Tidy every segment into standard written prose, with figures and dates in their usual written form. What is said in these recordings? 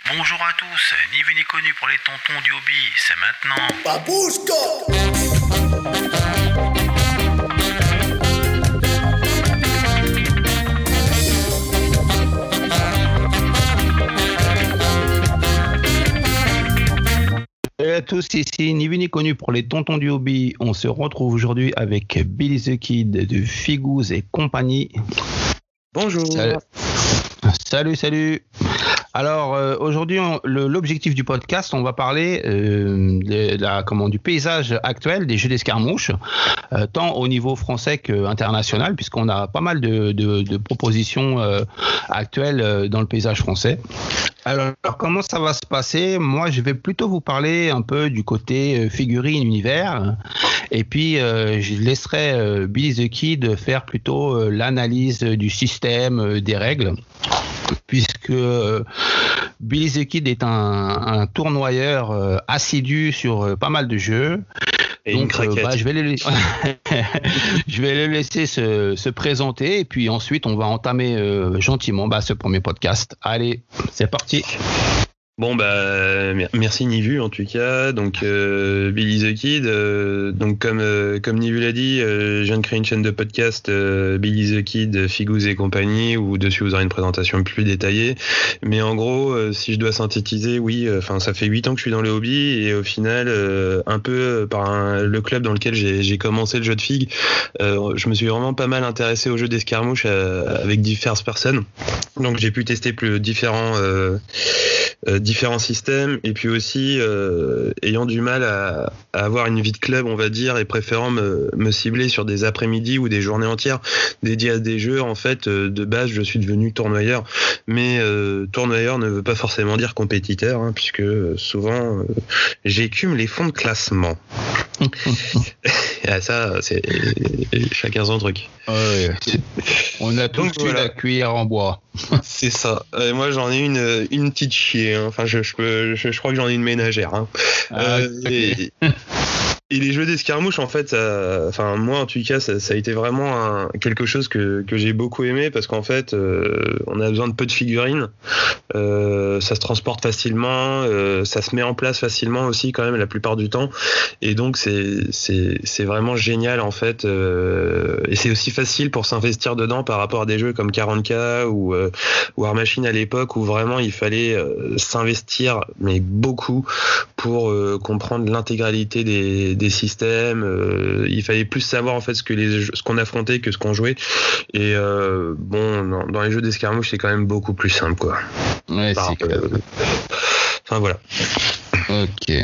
Bonjour à tous, ni vu ni connu pour les tontons du hobby, c'est maintenant. Salut à tous, ici ni vu ni connu pour les tontons du hobby. On se retrouve aujourd'hui avec Billy the Kid de Figooz et compagnie. Bonjour. Salut. Alors aujourd'hui, l'objectif du podcast, on va parler du paysage actuel des jeux d'escarmouche, tant au niveau français qu'international, puisqu'on a pas mal de propositions actuelles dans le paysage français. Alors comment ça va se passer ? Moi, je vais plutôt vous parler un peu du côté figurine univers, et puis je laisserai Billy the Kid faire plutôt l'analyse du système, des règles, puisque Billy the Kid est un tournoyeur assidu sur pas mal de jeux. Et donc, je vais le laisser se présenter, et puis ensuite on va entamer gentiment ce premier podcast. Allez, c'est parti. Bon merci Nivu en tout cas. Donc Billy the Kid, donc comme Nivu l'a dit, je viens de créer une chaîne de podcast Billy the Kid, Figooz et compagnie, où dessus vous aurez une présentation plus détaillée. Mais en gros, si je dois synthétiser, ça fait 8 ans que je suis dans le hobby, et au final, un peu par le club dans lequel j'ai commencé le jeu de Fig, je me suis vraiment pas mal intéressé au jeu d'escarmouche avec diverses personnes. Donc j'ai pu tester différents systèmes, et puis aussi ayant du mal à avoir une vie de club, on va dire, et préférant me cibler sur des après-midi ou des journées entières dédiées à des jeux. En fait, de base, je suis devenu tournoyeur, mais tournoyeur ne veut pas forcément dire compétiteur, puisque souvent j'écume les fonds de classement. Ça, c'est chacun son truc. Ouais, on a tous eu la cuillère en bois. C'est ça. Moi, j'en ai une petite chier. Enfin, je crois que j'en ai une ménagère. Et les jeux d'escarmouche, en fait, moi en tout cas, ça a été vraiment quelque chose que j'ai beaucoup aimé, parce qu'en fait, on a besoin de peu de figurines, ça se transporte facilement, ça se met en place facilement aussi quand même la plupart du temps, et donc c'est vraiment génial en fait, et c'est aussi facile pour s'investir dedans par rapport à des jeux comme 40K ou War Machine à l'époque, où vraiment il fallait s'investir mais beaucoup pour comprendre l'intégralité des systèmes. Il fallait plus savoir en fait ce qu'on affrontait que ce qu'on jouait, et dans les jeux d'escarmouche c'est quand même beaucoup plus simple, quoi. Ouais, Voilà. Ok.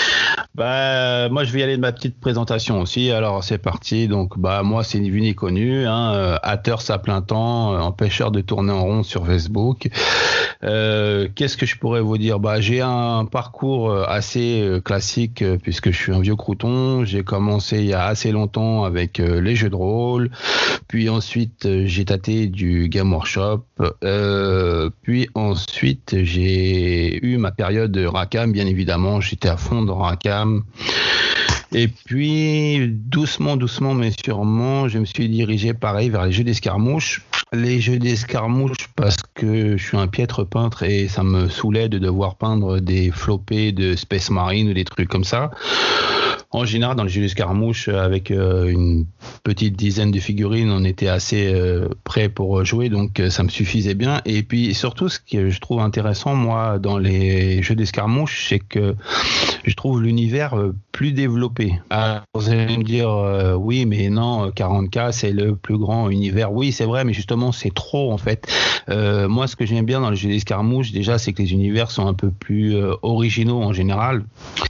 Moi je vais y aller de ma petite présentation aussi. Alors c'est parti. Donc moi c'est ni vu ni connu, haters à plein temps, empêcheur de tourner en rond sur Facebook. Qu'est-ce que je pourrais vous dire ? J'ai un parcours assez classique, puisque je suis un vieux crouton. J'ai commencé il y a assez longtemps avec les jeux de rôle, puis ensuite j'ai tâté du Game Workshop, puis ensuite j'ai eu ma période de Rackham, bien évidemment. J'étais à fond dans Rackham. Et puis, doucement, mais sûrement, je me suis dirigé pareil vers les jeux d'escarmouche. Les jeux d'escarmouche, parce que je suis un piètre peintre et ça me saoulait de devoir peindre des flopés de Space Marine ou des trucs comme ça. En général, dans les jeux d'escarmouche, avec une petite dizaine de figurines, on était assez prêt pour jouer, donc ça me suffisait bien. Et puis surtout, ce que je trouve intéressant, moi, dans les jeux d'escarmouche, c'est que je trouve l'univers plus développé. Alors, vous allez me dire, oui, mais non, 40K, c'est le plus grand univers. Oui, c'est vrai, mais justement, c'est trop, en fait. Moi, ce que j'aime bien dans les jeux d'escarmouche, déjà, c'est que les univers sont un peu plus originaux en général.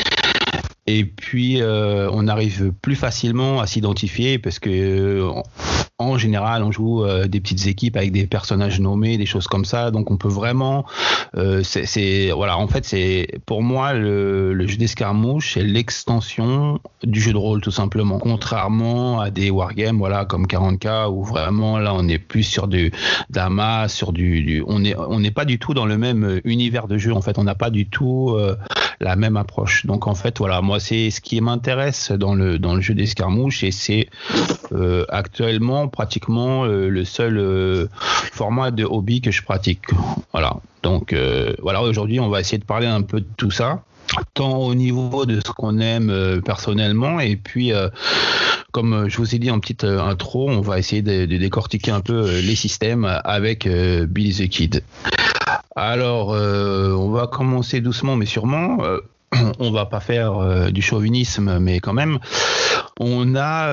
Et puis, on arrive plus facilement à s'identifier, parce que en général, on joue des petites équipes avec des personnages nommés, des choses comme ça. Donc, on peut vraiment... en fait, c'est pour moi, le jeu d'escarmouche, c'est l'extension du jeu de rôle, tout simplement. Contrairement à des wargames, comme 40K, où vraiment, là, on est plus sur de la masse, on n'est pas du tout dans le même univers de jeu. En fait, on n'a pas du tout la même approche. Donc en fait, voilà, moi c'est ce qui m'intéresse dans le jeu d'escarmouche, et c'est actuellement pratiquement le seul format de hobby que je pratique. Voilà. Donc voilà, aujourd'hui on va essayer de parler un peu de tout ça, tant au niveau de ce qu'on aime personnellement, et puis comme je vous ai dit en petite intro, on va essayer de décortiquer un peu les systèmes avec Billy the Kid. Alors on va commencer doucement mais sûrement. On va pas faire du chauvinisme, mais quand même, on a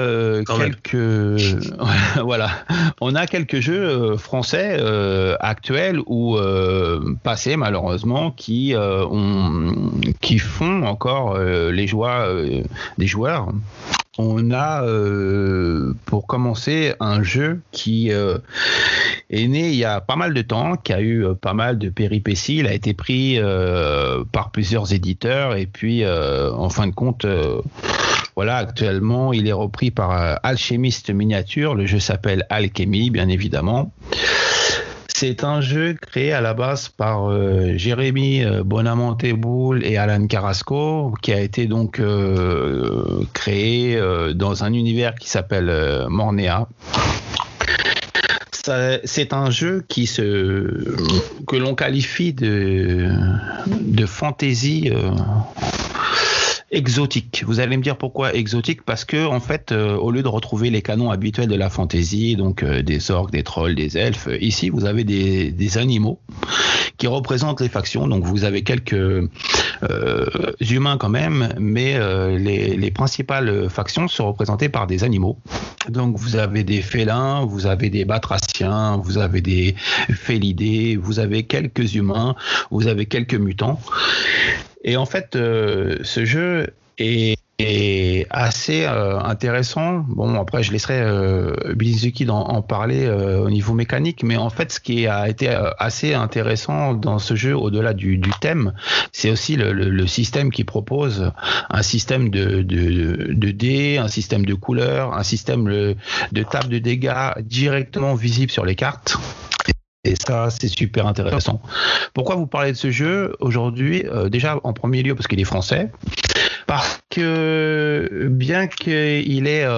voilà, on a quelques jeux français actuels ou passés malheureusement qui font encore les joies des joueurs. On a, pour commencer, un jeu qui est né il y a pas mal de temps, qui a eu pas mal de péripéties. Il a été pris par plusieurs éditeurs, et puis, en fin de compte, voilà, actuellement, il est repris par Alchemist Miniature. Le jeu s'appelle Alchemy, bien évidemment. C'est un jeu créé à la base par Jérémy Bonamonte-Boule et Alan Carrasco, qui a été donc créé dans un univers qui s'appelle Mornea. C'est un jeu que l'on qualifie de fantasy exotique. Vous allez me dire pourquoi exotique, parce que en fait, au lieu de retrouver les canons habituels de la fantasy, donc des orques, des trolls, des elfes, ici vous avez des animaux qui représentent les factions. Donc vous avez quelques humains quand même, mais les principales factions sont représentées par des animaux. Donc vous avez des félins, vous avez des batraciens, vous avez des félidés, vous avez quelques humains, vous avez quelques mutants. Et en fait, ce jeu est assez intéressant. Bon, après, je laisserai Billy the Kid en parler au niveau mécanique, mais en fait, ce qui a été assez intéressant dans ce jeu, au-delà du thème, c'est aussi le système qu'il propose, un système de dés, un système de couleurs, un système de table de dégâts directement visible sur les cartes. Et ça, c'est super intéressant. Pourquoi vous parlez de ce jeu aujourd'hui ? Déjà, en premier lieu, parce qu'il est français. Parce que bien qu'il est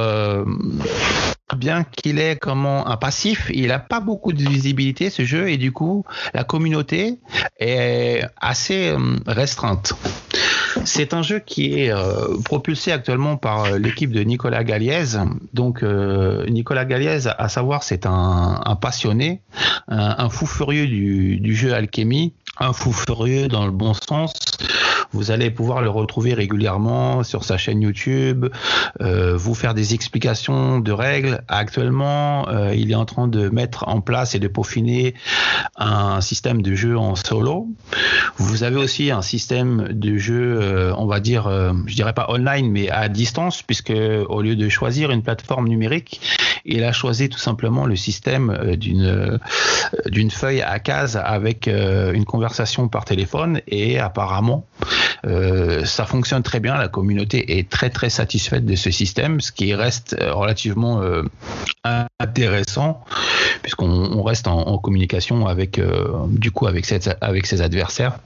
un passif, il n'a pas beaucoup de visibilité, ce jeu, et du coup, la communauté est assez restreinte. C'est un jeu qui est propulsé actuellement par l'équipe de Nicolas Galliez. Donc Nicolas Galliez, à savoir, c'est un passionné, un fou furieux du jeu Alchemy, un fou furieux dans le bon sens. Vous allez pouvoir le retrouver régulièrement sur sa chaîne YouTube, vous faire des explications de règles. Actuellement, il est en train de mettre en place et de peaufiner un système de jeu en solo. Vous avez aussi un système de jeu, on va dire, je dirais pas online, mais à distance, puisque au lieu de choisir une plateforme numérique, il a choisi tout simplement le système d'une feuille à cases avec une conversation par téléphone, et apparemment ça fonctionne très bien. La communauté est très très satisfaite de ce système, ce qui reste relativement intéressant, puisqu'on reste en communication avec ses adversaires.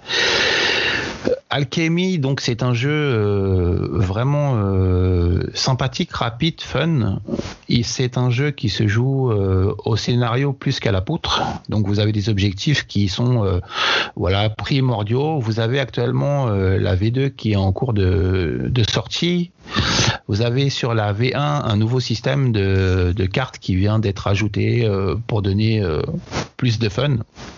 Alchemy, donc c'est un jeu vraiment sympathique, rapide, fun. C'est un jeu qui se joue au scénario plus qu'à la poutre. Donc vous avez des objectifs qui sont primordiaux. Vous avez actuellement la V2 qui est en cours de sortie. Vous avez sur la V1 un nouveau système de cartes qui vient d'être ajouté pour donner plus de fun.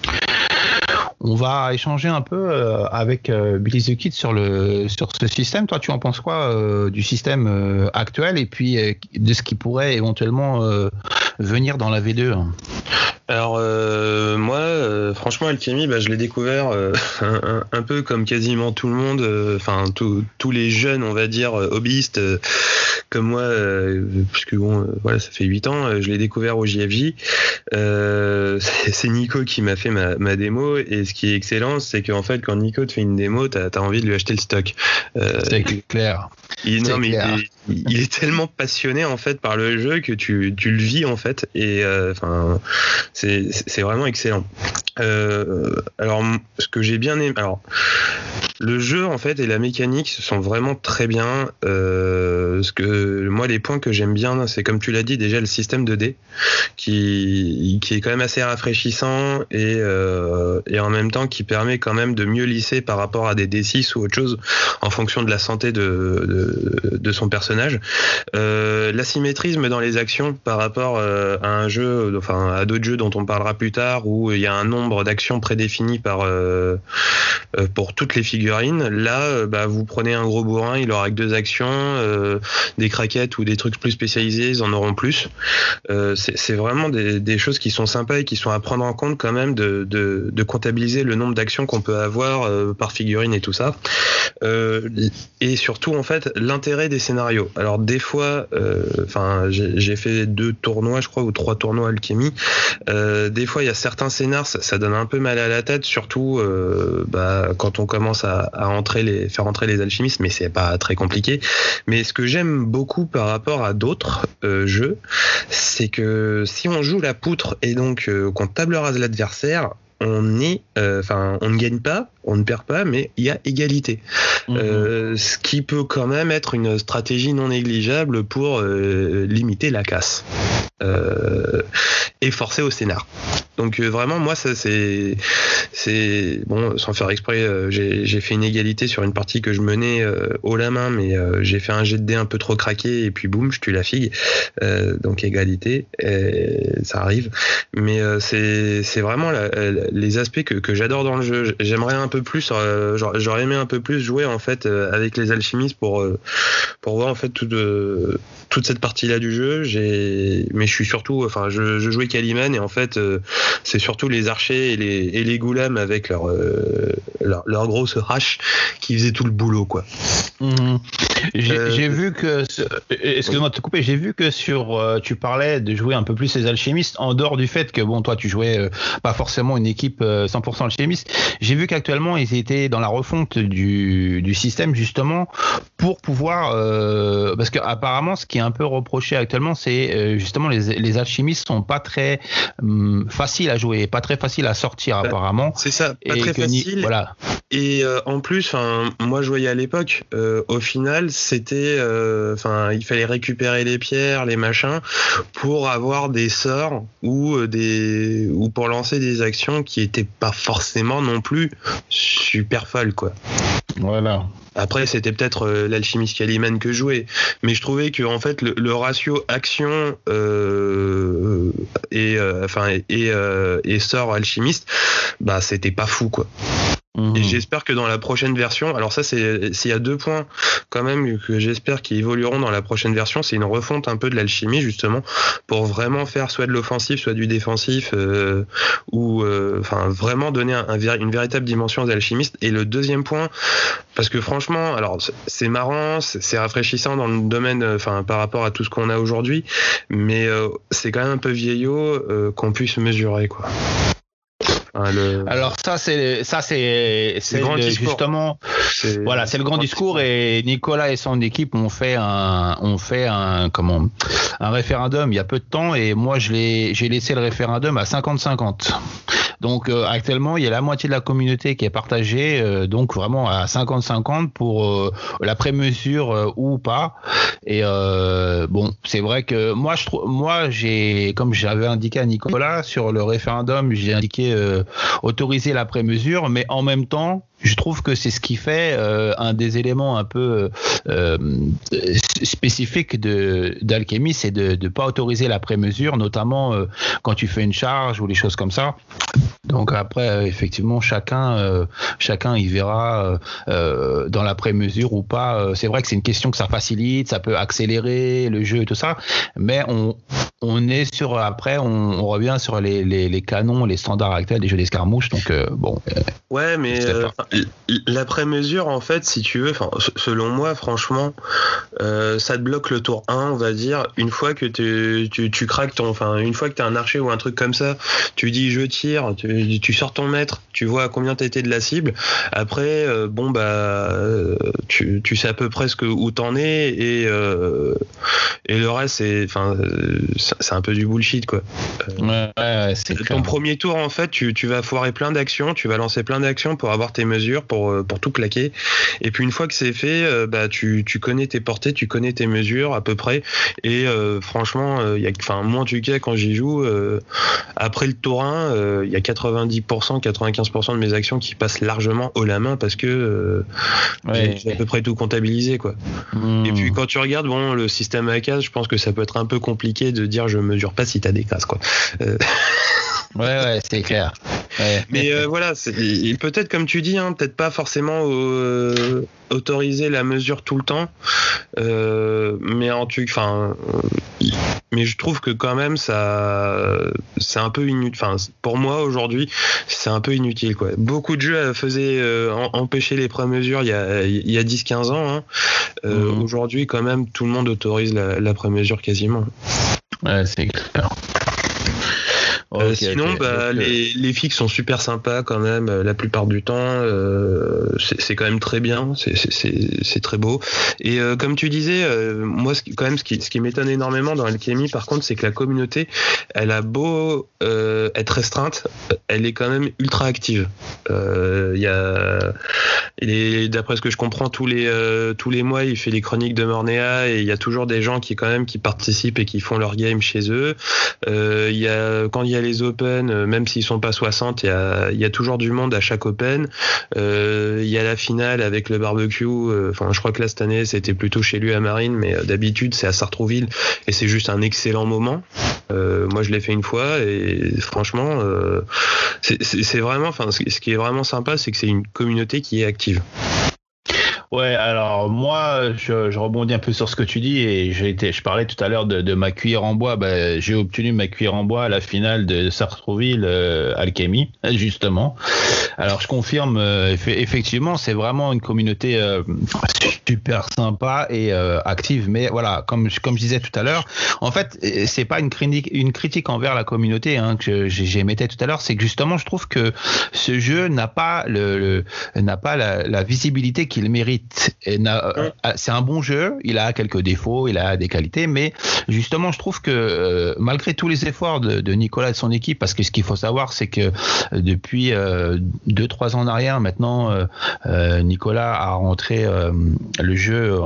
On va échanger un peu avec Billy the Kid sur ce système. Toi, tu en penses quoi du système actuel, et puis de ce qui pourrait éventuellement venir dans la V2 ? Alors moi, franchement, Alchemy, je l'ai découvert un peu comme quasiment tout le monde, enfin tous les jeunes, on va dire, hobbyistes comme moi, puisque voilà, ça fait 8 ans, je l'ai découvert au JFJ. C'est Nico qui m'a fait ma démo, et ce qui est excellent, c'est qu'en fait, quand Nico te fait une démo, t'as envie de lui acheter le stock. C'est clair. Il est tellement passionné en fait par le jeu que tu le vis en fait, et c'est vraiment excellent. Alors ce que j'ai bien aimé, alors Le jeu en fait et la mécanique sont vraiment très bien. Ce que moi les points que j'aime bien, c'est comme tu l'as dit déjà le système de dés qui est quand même assez rafraîchissant et en même temps qui permet quand même de mieux lisser par rapport à des D6 ou autre chose en fonction de la santé de son personnage. L'asymétrisme dans les actions par rapport à un jeu, enfin à d'autres jeux dont on parlera plus tard où il y a un nombre d'actions prédéfinies pour toutes les figurines. Là, vous prenez un gros bourrin, il aura que 2 actions, des craquettes ou des trucs plus spécialisés, ils en auront plus. C'est vraiment des choses qui sont sympas et qui sont à prendre en compte quand même de comptabiliser le nombre d'actions qu'on peut avoir par figurine et tout ça. Et surtout en fait l'intérêt des scénarios. Alors des fois, j'ai fait 2 tournois je crois ou 3 tournois alchimie. Des fois il y a certains scénars ça donne un peu mal à la tête, surtout quand on commence à faire entrer les alchimistes, mais c'est pas très compliqué. Mais ce que j'aime beaucoup par rapport à d'autres jeux, c'est que si on joue la poutre et donc qu'on table rase l'adversaire, on ne gagne pas, on ne perd pas, mais il y a égalité. Ce qui peut quand même être une stratégie non négligeable pour limiter la casse et forcer au scénar. Donc vraiment moi ça c'est bon, sans faire exprès, j'ai fait une égalité sur une partie que je menais haut la main, mais j'ai fait un jet de dés un peu trop craqué et puis boum, je tue la figue. Donc égalité, ça arrive. Mais c'est vraiment les aspects que j'adore dans le jeu. J'aimerais un peu plus, j'aurais aimé un peu plus jouer en fait avec les alchimistes pour voir en fait toute cette partie-là du jeu. Mais je suis surtout, je jouais Calimán et en fait c'est surtout les archers et les goulams avec leur grosse hache qui faisaient tout le boulot quoi. J'ai vu que, excuse-moi de te couper, j'ai vu que tu parlais de jouer un peu plus les alchimistes en dehors du fait que bon toi tu jouais pas forcément une équipe 100% alchimiste. J'ai vu qu'actuellement ils étaient dans la refonte du système justement pour pouvoir parce que apparemment ce qui est un peu reproché actuellement c'est justement les alchimistes sont pas très faciles à jouer, pas très faciles à sortir apparemment. C'est ça, pas très facile. Voilà. Et en plus, moi je voyais à l'époque, au final, c'était, il fallait récupérer les pierres, les machins, pour avoir des sorts ou pour lancer des actions qui étaient pas forcément non plus super folles, quoi. Voilà. Après, c'était peut-être l'alchimiste Calimán que je jouais, mais je trouvais que en fait le ratio action et sort alchimiste, c'était pas fou quoi. Et j'espère que dans la prochaine version, alors ça s'il y a 2 points quand même que j'espère qu'ils évolueront dans la prochaine version, c'est une refonte un peu de l'alchimie justement pour vraiment faire soit de l'offensif, soit du défensif ou vraiment donner une véritable dimension aux alchimistes. Et le deuxième point, parce que franchement, alors c'est marrant, c'est rafraîchissant dans le domaine, par rapport à tout ce qu'on a aujourd'hui, mais c'est quand même un peu vieillot qu'on puisse mesurer quoi. Alors ça c'est justement voilà, c'est le grand discours et Nicolas et son équipe ont fait un référendum il y a peu de temps et moi j'ai laissé le référendum à 50-50. Donc actuellement, il y a la moitié de la communauté qui est partagée, donc vraiment à 50-50 pour la prémesure ou pas. Et c'est vrai que moi j'ai, comme j'avais indiqué à Nicolas sur le référendum, j'ai indiqué autoriser la prémesure, mais en même temps, je trouve que c'est ce qui fait un des éléments un peu spécifiques d'Alchemy, c'est de pas autoriser la prémesure, notamment quand tu fais une charge ou les choses comme ça. Donc après, effectivement, chacun il verra dans la prémesure ou pas. C'est vrai que c'est une question que ça facilite, ça peut accélérer le jeu et tout ça, mais on est sur, après on revient sur les canons, les standards actuels des jeux d'escarmouche. Donc ouais, mais la prémesure en fait, si tu veux, selon moi, franchement, ça te bloque le tour 1, on va dire. Une fois que tu craques une fois que t'es un archer ou un truc comme ça, tu dis je tire, tu sors ton mètre, tu vois à combien t'as été de la cible. Après, tu sais à peu près où t'en es et le reste c'est un peu du bullshit, quoi. C'est ton premier tour, en fait, tu vas foirer plein d'actions, tu vas lancer plein d'actions pour avoir tes mesures, pour tout claquer. Et puis une fois que c'est fait, tu connais tes portées, tu connais tes mesures à peu près. Et franchement, moi en tout cas, quand j'y joue, après le tour 1, il y a 90%, 95% de mes actions qui passent largement haut la main parce que j'ai à peu près tout comptabilisé, quoi. Et puis quand tu regardes le système à cases, je pense que ça peut être un peu compliqué de dire je mesure pas si t'as des cases, quoi. Ouais, c'est clair. Ouais. Mais voilà, et peut-être comme tu dis, peut-être pas forcément autoriser la mesure tout le temps, mais je trouve que quand même ça, c'est un peu inutile. Enfin, pour moi aujourd'hui, c'est un peu inutile, quoi. Beaucoup de jeux faisaient empêcher les pré-mesures il y a 10-15 ans. Aujourd'hui, quand même, tout le monde autorise la pré-mesure quasiment. Ouais, c'est clair. Sinon, les fixes sont super sympas quand même, la plupart du temps. C'est quand même très bien, c'est très beau. Et comme tu disais, moi, ce qui m'étonne énormément dans Alchemy, par contre, c'est que la communauté, elle a beau être restreinte, elle est quand même ultra active. D'après ce que je comprends, tous les mois, il fait les chroniques de Mornéa et il y a toujours des gens qui participent et qui font leur game chez eux. Quand il y a les Open, même s'ils sont pas 60, il y a toujours du monde à chaque Open. Il y a la finale avec le barbecue. Je crois que là cette année c'était plutôt chez lui à Marine, mais d'habitude c'est à Sartrouville et c'est juste un excellent moment. Moi je l'ai fait une fois et franchement c'est vraiment, ce qui est vraiment sympa, c'est que c'est une communauté qui est active. Ouais, alors moi, je rebondis un peu sur ce que tu dis et je parlais tout à l'heure de ma cuillère en bois. J'ai obtenu ma cuillère en bois à la finale de Sartrouville Alchemy, justement. Alors je confirme, effectivement, c'est vraiment une communauté super sympa et active. Mais voilà, comme je disais tout à l'heure, en fait, c'est pas une critique envers la communauté que j'émettais tout à l'heure. C'est que justement, je trouve que ce jeu n'a pas la visibilité qu'il mérite. C'est un bon jeu, il a quelques défauts, il a des qualités, mais justement je trouve que malgré tous les efforts de Nicolas et de son équipe, parce que ce qu'il faut savoir c'est que depuis 2-3 ans en arrière maintenant, Nicolas a rentré le jeu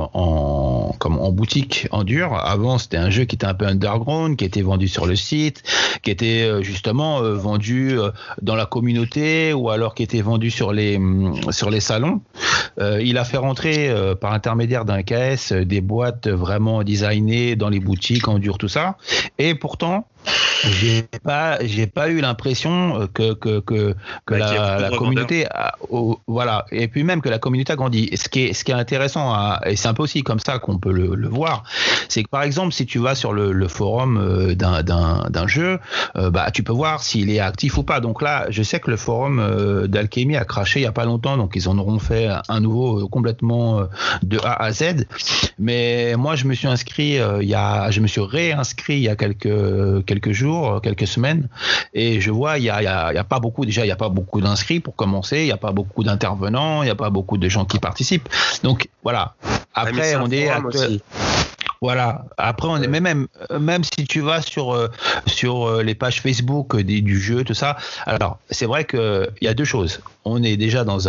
en boutique en dur. Avant c'était un jeu qui était un peu underground, qui était vendu sur le site, qui était justement vendu dans la communauté ou alors qui était vendu sur les salons. Il a fait rentrer par intermédiaire d'un KS des boîtes vraiment designées dans les boutiques en dur, tout ça, et pourtant j'ai pas eu l'impression que la communauté voilà, et puis même que la communauté a grandi. Ce qui est intéressant et c'est un peu aussi comme ça qu'on peut le voir, c'est que par exemple si tu vas sur le forum d'un jeu, tu peux voir s'il est actif ou pas. Donc là je sais que le forum d'Alchemy a craché il y a pas longtemps, donc ils en auront fait un nouveau complètement de A à Z, mais moi je me suis inscrit je me suis réinscrit il y a quelques jours, quelques semaines, et je vois il y a pas beaucoup, déjà il y a pas beaucoup d'inscrits pour commencer, il y a pas beaucoup d'intervenants, il y a pas beaucoup de gens qui participent, donc voilà. Après on est voilà. Après, on est même si tu vas sur les pages Facebook du jeu, tout ça. Alors, c'est vrai que il y a deux choses. On est déjà dans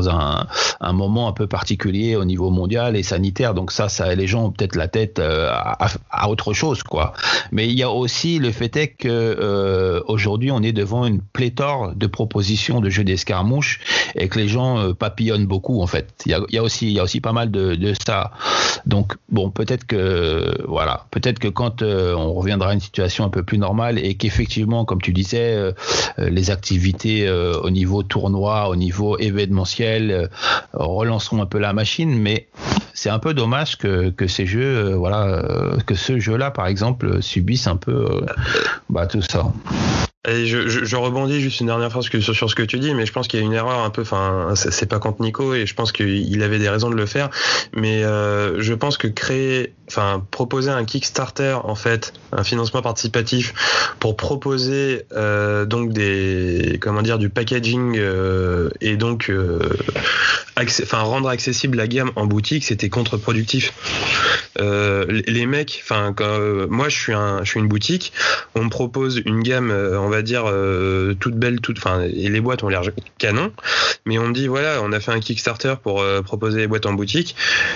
un moment un peu particulier au niveau mondial et sanitaire, donc ça les gens ont peut-être la tête à autre chose, quoi. Mais il y a aussi le fait est que aujourd'hui, on est devant une pléthore de propositions de jeux d'escarmouche et que les gens papillonnent beaucoup, en fait. Il y a aussi pas mal de ça. Donc bon, peut-être que quand on reviendra à une situation un peu plus normale et qu'effectivement, comme tu disais, les activités au niveau tournoi, au niveau événementiel relanceront un peu la machine, mais c'est un peu dommage que ces jeux, que ce jeu-là, par exemple, subisse un peu tout ça. Et je rebondis juste une dernière fois sur ce que tu dis, mais je pense qu'il y a une erreur un peu, c'est pas contre Nico et je pense qu'il avait des raisons de le faire, mais je pense que proposer un Kickstarter, en fait, un financement participatif pour proposer donc du packaging et donc rendre accessible la gamme en boutique, c'était contre-productif. Les mecs, moi je suis une boutique, on me propose une gamme, on va dire toute belle, et les boîtes ont l'air canon, mais on me dit voilà, on a fait un Kickstarter pour proposer les boîtes en boutique.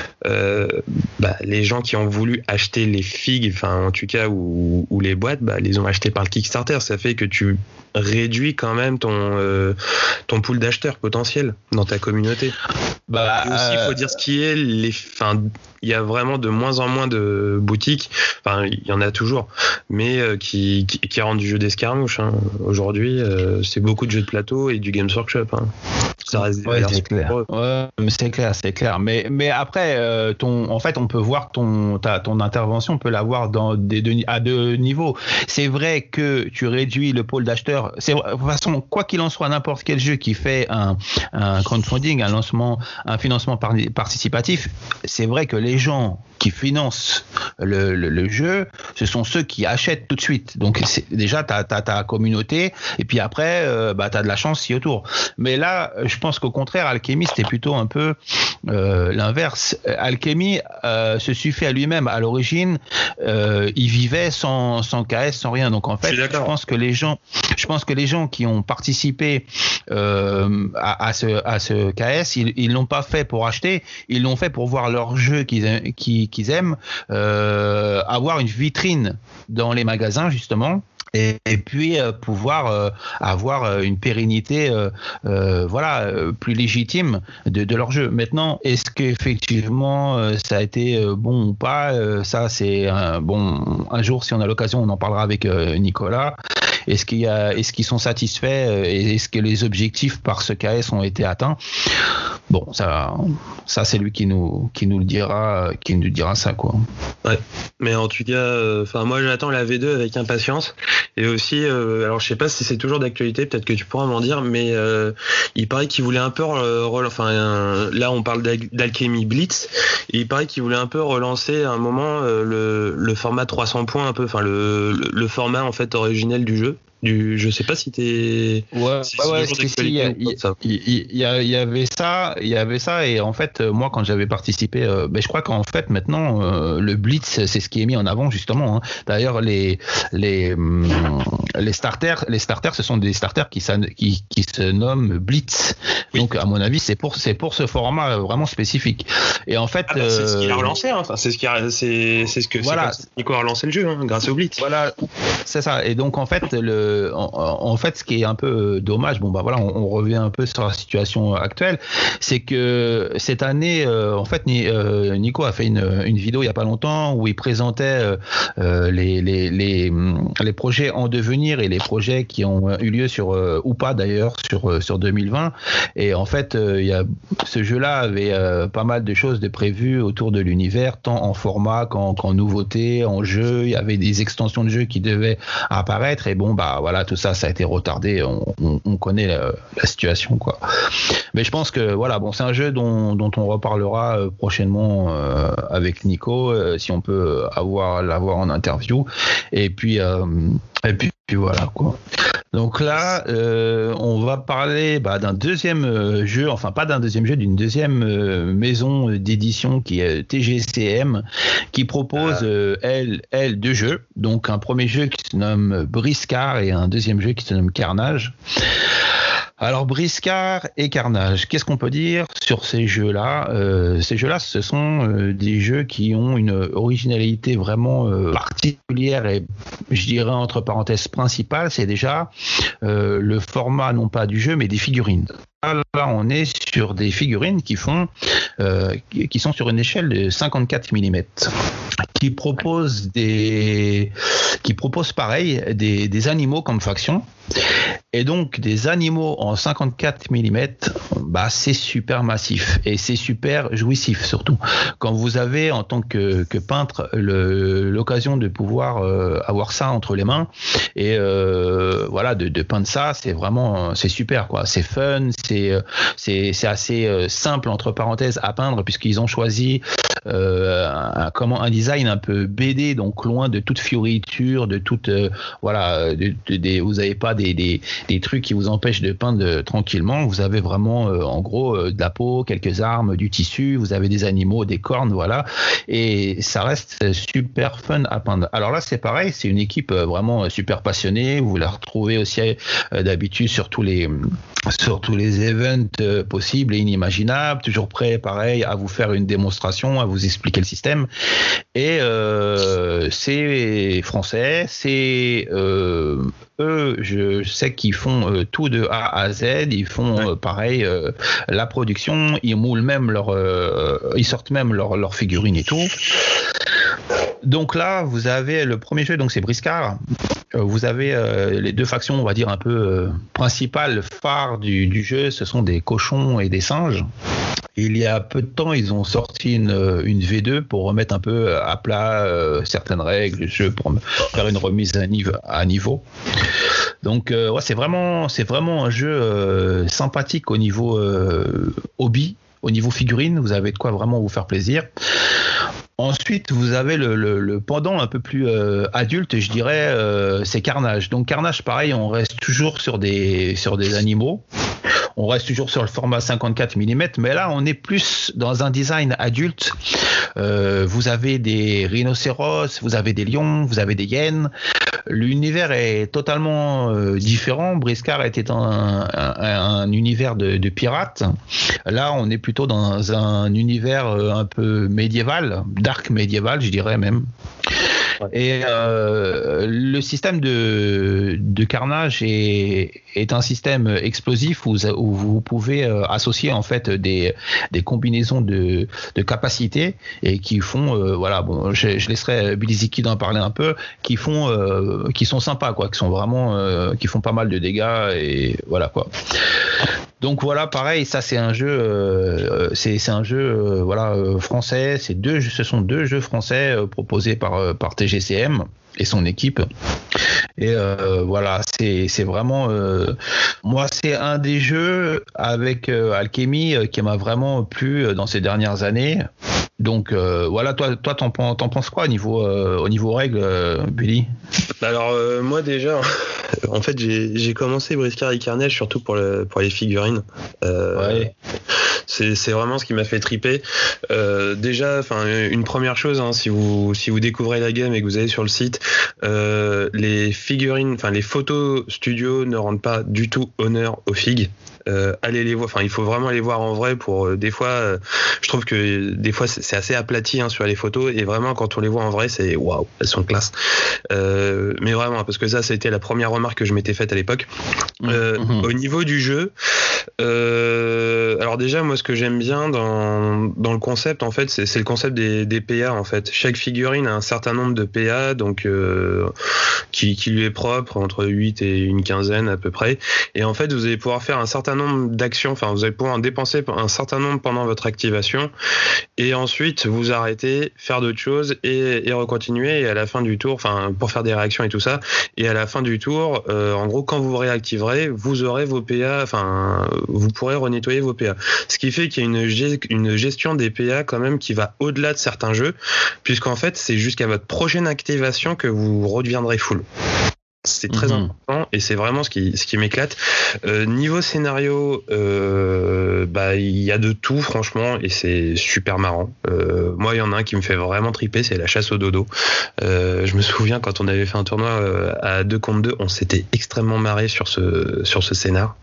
Les gens qui ont voulu acheter les figues, en tout cas ou les boîtes, les ont achetées par le Kickstarter. Ça fait que tu réduis quand même ton pool d'acheteurs potentiels dans ta communauté. Et aussi, il faut dire ce qui est, il y a vraiment de moins en moins de boutiques, il y en a toujours, mais qui rendent du jeu d'escarmouche. Aujourd'hui, c'est beaucoup de jeux de plateau et du Games Workshop. Ça reste c'est clair. C'est clair. Mais après, en fait, on peut voir ton intervention, on peut la voir à deux niveaux. C'est vrai que tu réduis le pôle d'acheteurs. De toute façon, quoi qu'il en soit, n'importe quel jeu qui fait un crowdfunding, un financement participatif, c'est vrai que les gens qui financent le jeu, ce sont ceux qui achètent tout de suite. Donc déjà, tu as ta communauté, et puis après, tu as de la chance si autour. Mais là, je pense qu'au contraire, Alchemy, c'était plutôt un peu l'inverse. Alchemy se suffit à lui-même. À l'origine, il vivait sans KS, sans rien. Donc en fait, je pense que les gens qui ont participé à ce KS, ils l'ont pas fait pour acheter, ils l'ont fait pour voir leur jeu qu'ils aiment avoir une vitrine dans les magasins justement. Et puis pouvoir avoir une pérennité plus légitime de leur jeu. Maintenant, est-ce qu'effectivement ça a été bon ou pas, ça c'est un jour, si on a l'occasion, on en parlera avec Nicolas. Est-ce qu'ils sont satisfaits et est-ce que les objectifs par ce KS ont été atteints? Bon, ça c'est lui qui nous le dira, qui nous dira ça, quoi. Ouais. Mais en tout cas, moi j'attends la V2 avec impatience. Et aussi, alors je sais pas si c'est toujours d'actualité, peut-être que tu pourras m'en dire, mais il paraît qu'il voulait un peu là on parle d'Alchemy Blitz, et il paraît qu'il voulait un peu relancer à un moment le format 300 points, un peu, le format en fait originel du jeu. Je sais pas si t'es. Il y avait ça, et en fait, moi, quand j'avais participé, je crois qu'en fait, maintenant, le Blitz, c'est ce qui est mis en avant, justement. D'ailleurs, les starters, ce sont des starters qui se nomment Blitz. Oui. Donc, à mon avis, c'est pour ce format vraiment spécifique. Et en fait. C'est ce qu'il a relancé, c'est ce que Nico a relancé le jeu, grâce au Blitz. Voilà, c'est ça. Et donc, en fait, ce qui est un peu dommage, on revient un peu sur la situation actuelle, c'est que cette année, en fait, Nico a fait une vidéo il y a pas longtemps où il présentait les projets en devenir et les projets qui ont eu lieu ou pas d'ailleurs sur 2020. Et en fait, ce jeu-là avait pas mal de choses de prévues autour de l'univers, tant en format qu'en nouveauté, en jeu. Il y avait des extensions de jeux qui devaient apparaître, et tout ça a été retardé. On connaît la situation, quoi. Mais je pense que c'est un jeu dont on reparlera prochainement avec Nico, si on peut l'avoir en interview. Et puis voilà, quoi. Donc là, on va parler d'un deuxième jeu, enfin pas d'un deuxième jeu, d'une deuxième maison d'édition qui est TGCM, qui propose deux jeux. Donc un premier jeu qui se nomme Briscard et un deuxième jeu qui se nomme Carnage. Alors Briscard et Carnage, qu'est-ce qu'on peut dire sur ces jeux-là ? Ces jeux-là, ce sont des jeux qui ont une originalité vraiment particulière et je dirais entre parenthèses principale, c'est déjà le format non pas du jeu mais des figurines. Là, on est sur des figurines qui sont sur une échelle de 54 mm, qui proposent pareil des animaux comme faction. Et donc des animaux en 54 mm, c'est super massif et c'est super jouissif surtout. Quand vous avez en tant que peintre l'occasion de pouvoir avoir ça entre les mains et de peindre ça, c'est super, quoi. C'est fun, c'est assez simple entre parenthèses à peindre puisqu'ils ont choisi un design un peu BD, donc loin de toute fioriture, de toute vous n'avez pas des trucs qui vous empêchent de peindre tranquillement. Vous avez vraiment en gros de la peau, quelques armes, du tissu, vous avez des animaux, des cornes, voilà, et ça reste super fun à peindre. Alors là c'est pareil, c'est une équipe vraiment super passionnée. Vous la retrouvez aussi d'habitude sur tous les events possibles et inimaginables, toujours prêt pareil à vous faire une démonstration, à vous expliquer le système. Et c'est français, c'est eux, je sais qu'ils font tout de A à Z. Ils font pareil la production, ils moulent même ils sortent même leurs figurines et tout. Donc là, vous avez le premier jeu, donc c'est Briscard. Vous avez les deux factions, on va dire un peu principales, phares du jeu, ce sont des cochons et des singes. Il y a peu de temps, ils ont sorti une V2 pour remettre un peu à plat certaines règles du jeu, pour faire une remise à niveau. Donc c'est vraiment un jeu sympathique au niveau hobby, au niveau figurine. Vous avez de quoi vraiment vous faire plaisir. Ensuite, vous avez le pendant un peu plus adulte, je dirais, c'est Carnage. Donc Carnage, pareil, on reste toujours sur des animaux. On reste toujours sur le format 54 mm, mais là, on est plus dans un design adulte. Vous avez des rhinocéros, vous avez des lions, vous avez des hyènes. L'univers est totalement différent. Briscard était un univers de pirates. Là, on est plutôt dans un univers un peu médiéval, dark médiéval, je dirais même. Et le système de Carnage est un système explosif où vous pouvez associer en fait des combinaisons de capacités et qui font je laisserai Billy Ziki d'en parler un peu, qui sont sympas quoi, qui sont vraiment qui font pas mal de dégâts et voilà quoi. Donc voilà, pareil, ça c'est un jeu, français. Ce sont deux jeux français proposés par TGCM et son équipe. Et c'est vraiment, moi c'est un des jeux avec Alchemy qui m'a vraiment plu dans ces dernières années. Donc toi t'en penses quoi au niveau règles, Billy? Alors moi déjà, en fait j'ai commencé Briscard et Carnage surtout pour les figurines. C'est vraiment ce qui m'a fait triper. Déjà, une première chose, si vous découvrez la gamme et que vous allez sur le site, les figurines, les photos studio ne rendent pas du tout honneur aux figues. Allez les voir. Il faut vraiment les voir en vrai pour des fois. Je trouve que des fois c'est assez aplati sur les photos et vraiment quand on les voit en vrai, c'est waouh, elles sont classe. Mais vraiment, parce que ça a été la première remarque que je m'étais faite à l'époque. Au niveau du jeu, alors déjà moi ce que j'aime bien dans le concept en fait, c'est le concept des PA en fait. Chaque figurine a un certain nombre de PA donc qui lui est propre, entre 8 et une quinzaine à peu près. Et en fait vous allez pouvoir faire un certain nombre d'actions, vous allez pouvoir en dépenser un certain nombre pendant votre activation et ensuite vous arrêter, faire d'autres choses et recontinuer et à la fin du tour, pour faire des réactions et tout ça, et à la fin du tour, en gros quand vous réactiverez, vous aurez vos PA, vous pourrez renettoyer vos PA. Ce qui fait qu'il y a une gestion des PA quand même qui va au-delà de certains jeux, puisqu'en fait c'est jusqu'à votre prochaine activation que vous redeviendrez full. C'est très important et c'est vraiment ce qui m'éclate. Niveau scénario, il y a de tout franchement et c'est super marrant. Moi il y en a un qui me fait vraiment triper, c'est la chasse au dodo. Je me souviens quand on avait fait un tournoi à 2 contre 2, on s'était extrêmement marré sur ce scénar.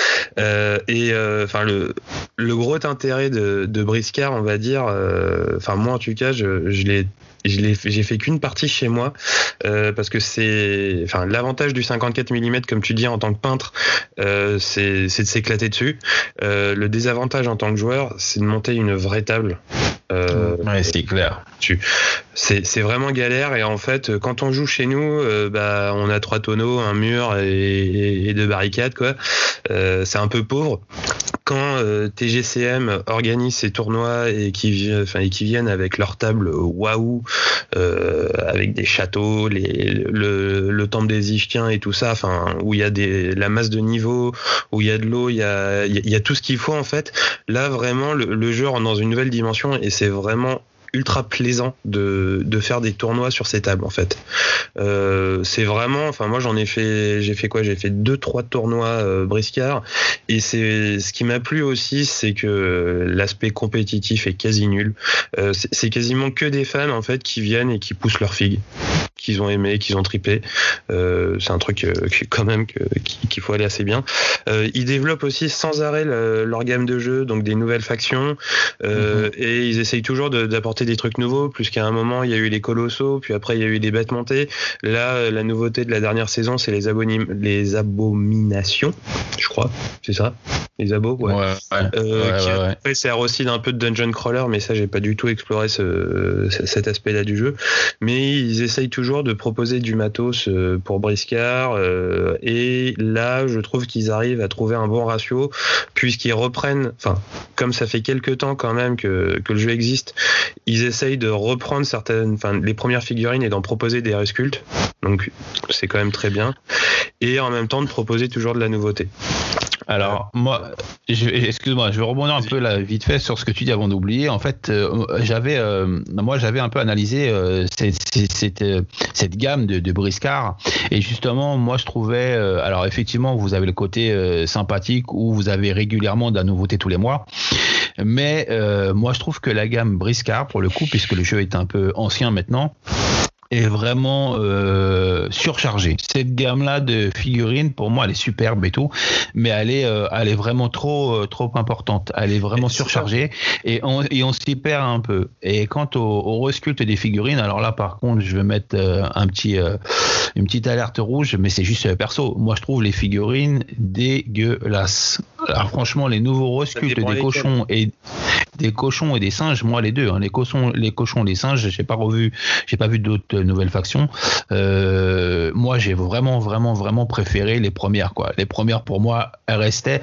Le gros intérêt de Briscard, on va dire, moi en tout cas j'ai fait qu'une partie chez moi parce que c'est l'avantage du 54 mm comme tu dis en tant que peintre, c'est de s'éclater dessus. Le désavantage en tant que joueur, c'est de monter une vraie table. C'est clair. C'est vraiment galère et en fait quand on joue chez nous, on a 3 tonneaux, un mur et 2 barricades quoi. C'est un peu pauvre. Quand TGCM organise ces tournois et qui viennent avec leur table waouh, avec des châteaux, le temple des Ichtiens et tout ça, où il y a la masse de niveau, où il y a de l'eau, il y a tout ce qu'il faut en fait. Là vraiment le jeu rentre dans une nouvelle dimension et c'est vraiment ultra plaisant de faire des tournois sur ces tables en fait. C'est vraiment, enfin moi j'ai fait 2-3 tournois briscard, et c'est ce qui m'a plu aussi, c'est que l'aspect compétitif est quasi nul. C'est quasiment que des fans en fait qui viennent et qui poussent leur figue, qu'ils ont aimé, qu'ils ont trippé. C'est un truc quand même qu'il faut aller assez bien. Ils développent aussi sans arrêt leur gamme de jeux, donc des nouvelles factions, et ils essayent toujours d'apporter des trucs nouveaux, puisqu'à un moment il y a eu les colossaux, puis après il y a eu les bêtes montées. Là, la nouveauté de la dernière saison, c'est les abominations, je crois, c'est ça, les abos, qui sert aussi d'un peu de dungeon crawler, mais ça j'ai pas du tout exploré cet aspect-là du jeu. Mais ils essayent toujours de proposer du matos pour briscard, et là je trouve qu'ils arrivent à trouver un bon ratio, puisqu'ils reprennent, enfin comme ça fait quelques temps quand même que le jeu existe, ils essayent de reprendre les premières figurines et d'en proposer des resculptes, donc c'est quand même très bien, et en même temps de proposer toujours de la nouveauté. Alors moi, excuse-moi, je vais rebondir un peu là, vite fait sur ce que tu dis avant d'oublier. En fait, j'avais un peu analysé cette gamme de briscard, et justement moi je trouvais, alors effectivement vous avez le côté sympathique où vous avez régulièrement de la nouveauté tous les mois, mais moi je trouve que la gamme briscard, pour le coup, puisque le jeu est un peu ancien maintenant, est vraiment surchargée. Cette gamme-là de figurines, pour moi, elle est superbe et tout, mais elle est vraiment trop importante. Elle est vraiment surchargée, et on s'y perd un peu. Et quant au resculpte des figurines, alors là, par contre, je vais mettre une petite alerte rouge, mais c'est juste perso. Moi, je trouve les figurines dégueulasses. Alors franchement, les nouveaux resculptes des cochons et des singes, moi les deux, hein, les cochons, les singes, j'ai pas vu d'autres nouvelles factions. Moi, j'ai vraiment préféré les premières, quoi. Les premières, pour moi, elles restaient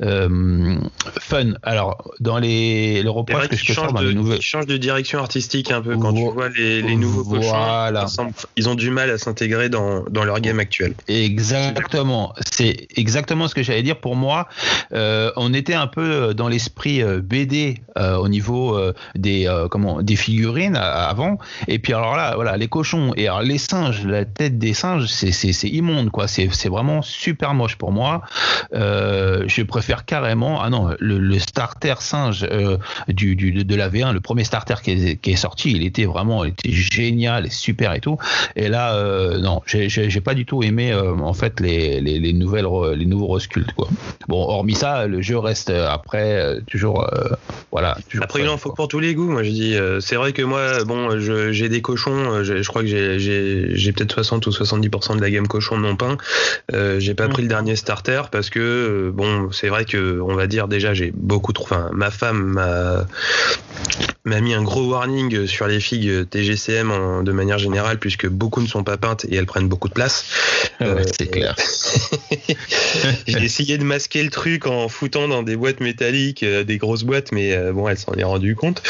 fun. Alors dans le reproche que je peux faire dans les nouvelles, ils changent de direction artistique un peu quand tu vois les nouveaux cochons. Ils ont du mal à s'intégrer dans leur game actuelle. Exactement, c'est exactement ce que j'allais dire. Pour moi, on était un peu dans l'esprit BD au niveau des figurines avant, et puis alors là, voilà, les cochons et alors les singes, la tête des singes, c'est immonde, quoi. C'est vraiment super moche pour moi. Je préfère carrément le starter singe de la V1, le premier starter qui est sorti, il était génial et super et tout. Et là, non, j'ai pas du tout aimé en fait les nouveaux resculptes, quoi. Bon, hormis ça, le jeu reste après toujours voilà. Après, il en faut pour tous les goûts. Moi, je dis, c'est vrai que moi, bon, j'ai des cochons. Je crois que j'ai peut-être 60 ou 70% de la gamme cochon de mon pain. J'ai pas pris le dernier starter parce que bon, c'est vrai que on va dire déjà, j'ai beaucoup trop. Enfin, ma femme m'a mis un gros warning sur les figues TGCM de manière générale, puisque beaucoup ne sont pas peintes et elles prennent beaucoup de place. C'est clair. J'ai essayé de masquer le truc en foutant dans des boîtes métalliques, des grosses boîtes, mais bon, elle s'en est rendue compte.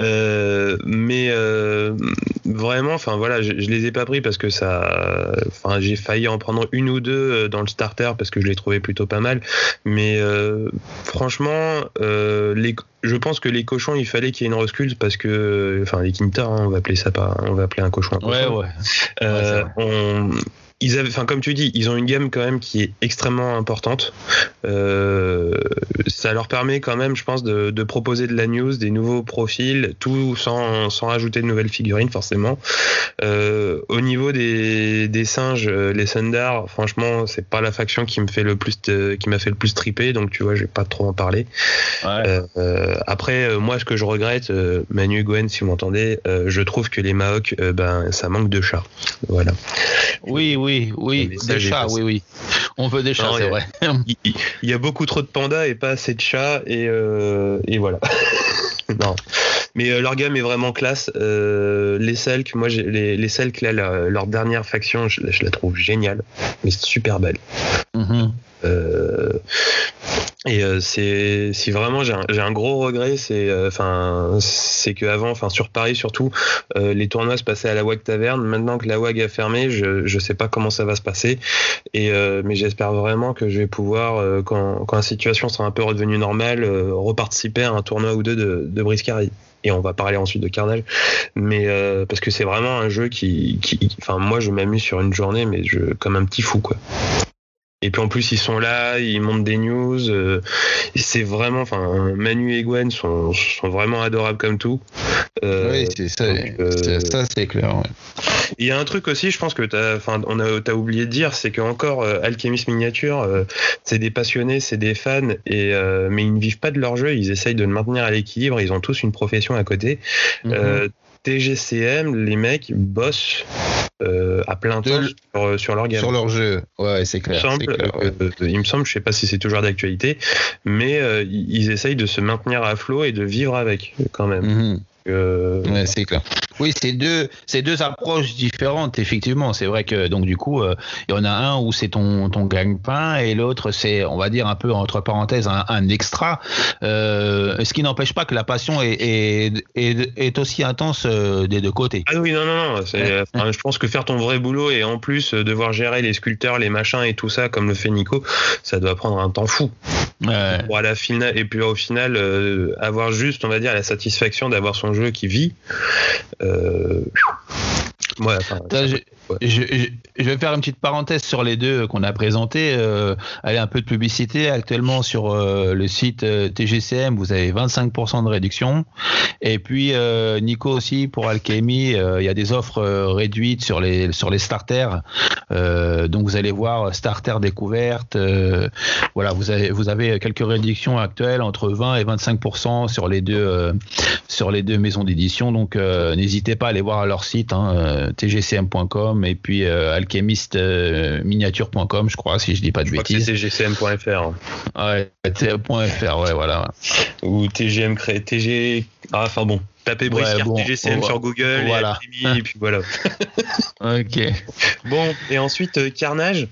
Vraiment, enfin voilà, je les ai pas pris parce que j'ai failli en prendre une ou deux dans le starter parce que je les trouvais plutôt pas mal. Mais franchement, je pense que les cochons, il fallait qu'il y ait une resculpte parce que, enfin, les Kinter, on va appeler un cochon. Ouais. Ils avaient, enfin, comme tu dis, ils ont une gamme quand même qui est extrêmement importante. Ça leur permet quand même, je pense, de proposer de la news, des nouveaux profils, tout sans rajouter de nouvelles figurines forcément. Au niveau des singes, les Sundar, franchement, c'est pas la faction qui m'a fait le plus triper, donc tu vois, je vais pas trop en parler. Ouais. Après, moi, ce que je regrette, Manu et Gwen, si vous m'entendez, je trouve que les Maoks, ça manque de chats. Voilà. Oui, des chats, oui. On veut des chats, c'est vrai. Il y a beaucoup trop de pandas et pas assez de chats, et voilà. Non. Mais leur gamme est vraiment classe. Les Selk, moi, les Selk, là, leur dernière faction, je la trouve géniale, mais super belle. C'est si vraiment j'ai un gros regret, c'est que avant, sur Paris surtout, les tournois se passaient à la WAG Taverne. Maintenant que la WAG a fermé, je sais pas comment ça va se passer, mais j'espère vraiment que je vais pouvoir, quand la situation sera un peu redevenue normale, reparticiper à un tournoi ou deux de Briscard. Et on va parler ensuite de Carnage, mais parce que c'est vraiment un jeu qui moi je m'amuse sur une journée, mais comme un petit fou, quoi. Et puis en plus ils sont là, ils montent des news, c'est vraiment, Manu et Gwen sont vraiment adorables comme tout. Oui, c'est ça, ça c'est clair. Ouais. Il y a un truc aussi, je pense que t'as oublié de dire, c'est que encore Alchemist Miniature, c'est des passionnés, c'est des fans, mais ils ne vivent pas de leur jeu, ils essayent de le maintenir à l'équilibre, ils ont tous une profession à côté. TGCM, les mecs bossent à plein temps sur leur gamme. Sur leur jeu, ouais, c'est clair. Il me semble, je sais pas si c'est toujours d'actualité, mais ils essayent de se maintenir à flot et de vivre avec, quand même. Ouais, c'est clair. Oui, c'est deux approches différentes, effectivement. C'est vrai que donc du coup, il y en a un où c'est ton gagne-pain et l'autre c'est, on va dire un peu entre parenthèses, un extra. Ce qui n'empêche pas que la passion est aussi intense des deux côtés. Ah oui, non. Je pense que faire ton vrai boulot et en plus devoir gérer les sculpteurs, les machins et tout ça, comme le fait Nico, ça doit prendre un temps fou. Ouais. Pour à la finale, et puis au final avoir juste, on va dire, la satisfaction d'avoir son jeu qui vit. Ouais, je vais faire une petite parenthèse sur les deux qu'on a présentés. Allez, un peu de publicité. Actuellement sur le site TGCM, vous avez 25% de réduction. Et puis Nico aussi pour Alchemy, il y a des offres réduites sur les starters. Donc vous allez voir starter découverte. Voilà, vous avez quelques réductions actuelles entre 20 et 25% sur les deux maisons d'édition. Donc n'hésitez pas à aller voir leur site, tgcm.com et puis alchemistminiature.com, je crois, si je dis pas de bêtises. C'est tgcm.fr. Ouais, .fr, ouais, voilà. Ou TGM TG. Ah, enfin bon. Tapez Briscard TGCM sur Google, voilà. et puis voilà. Ok. Bon, et ensuite Carnage.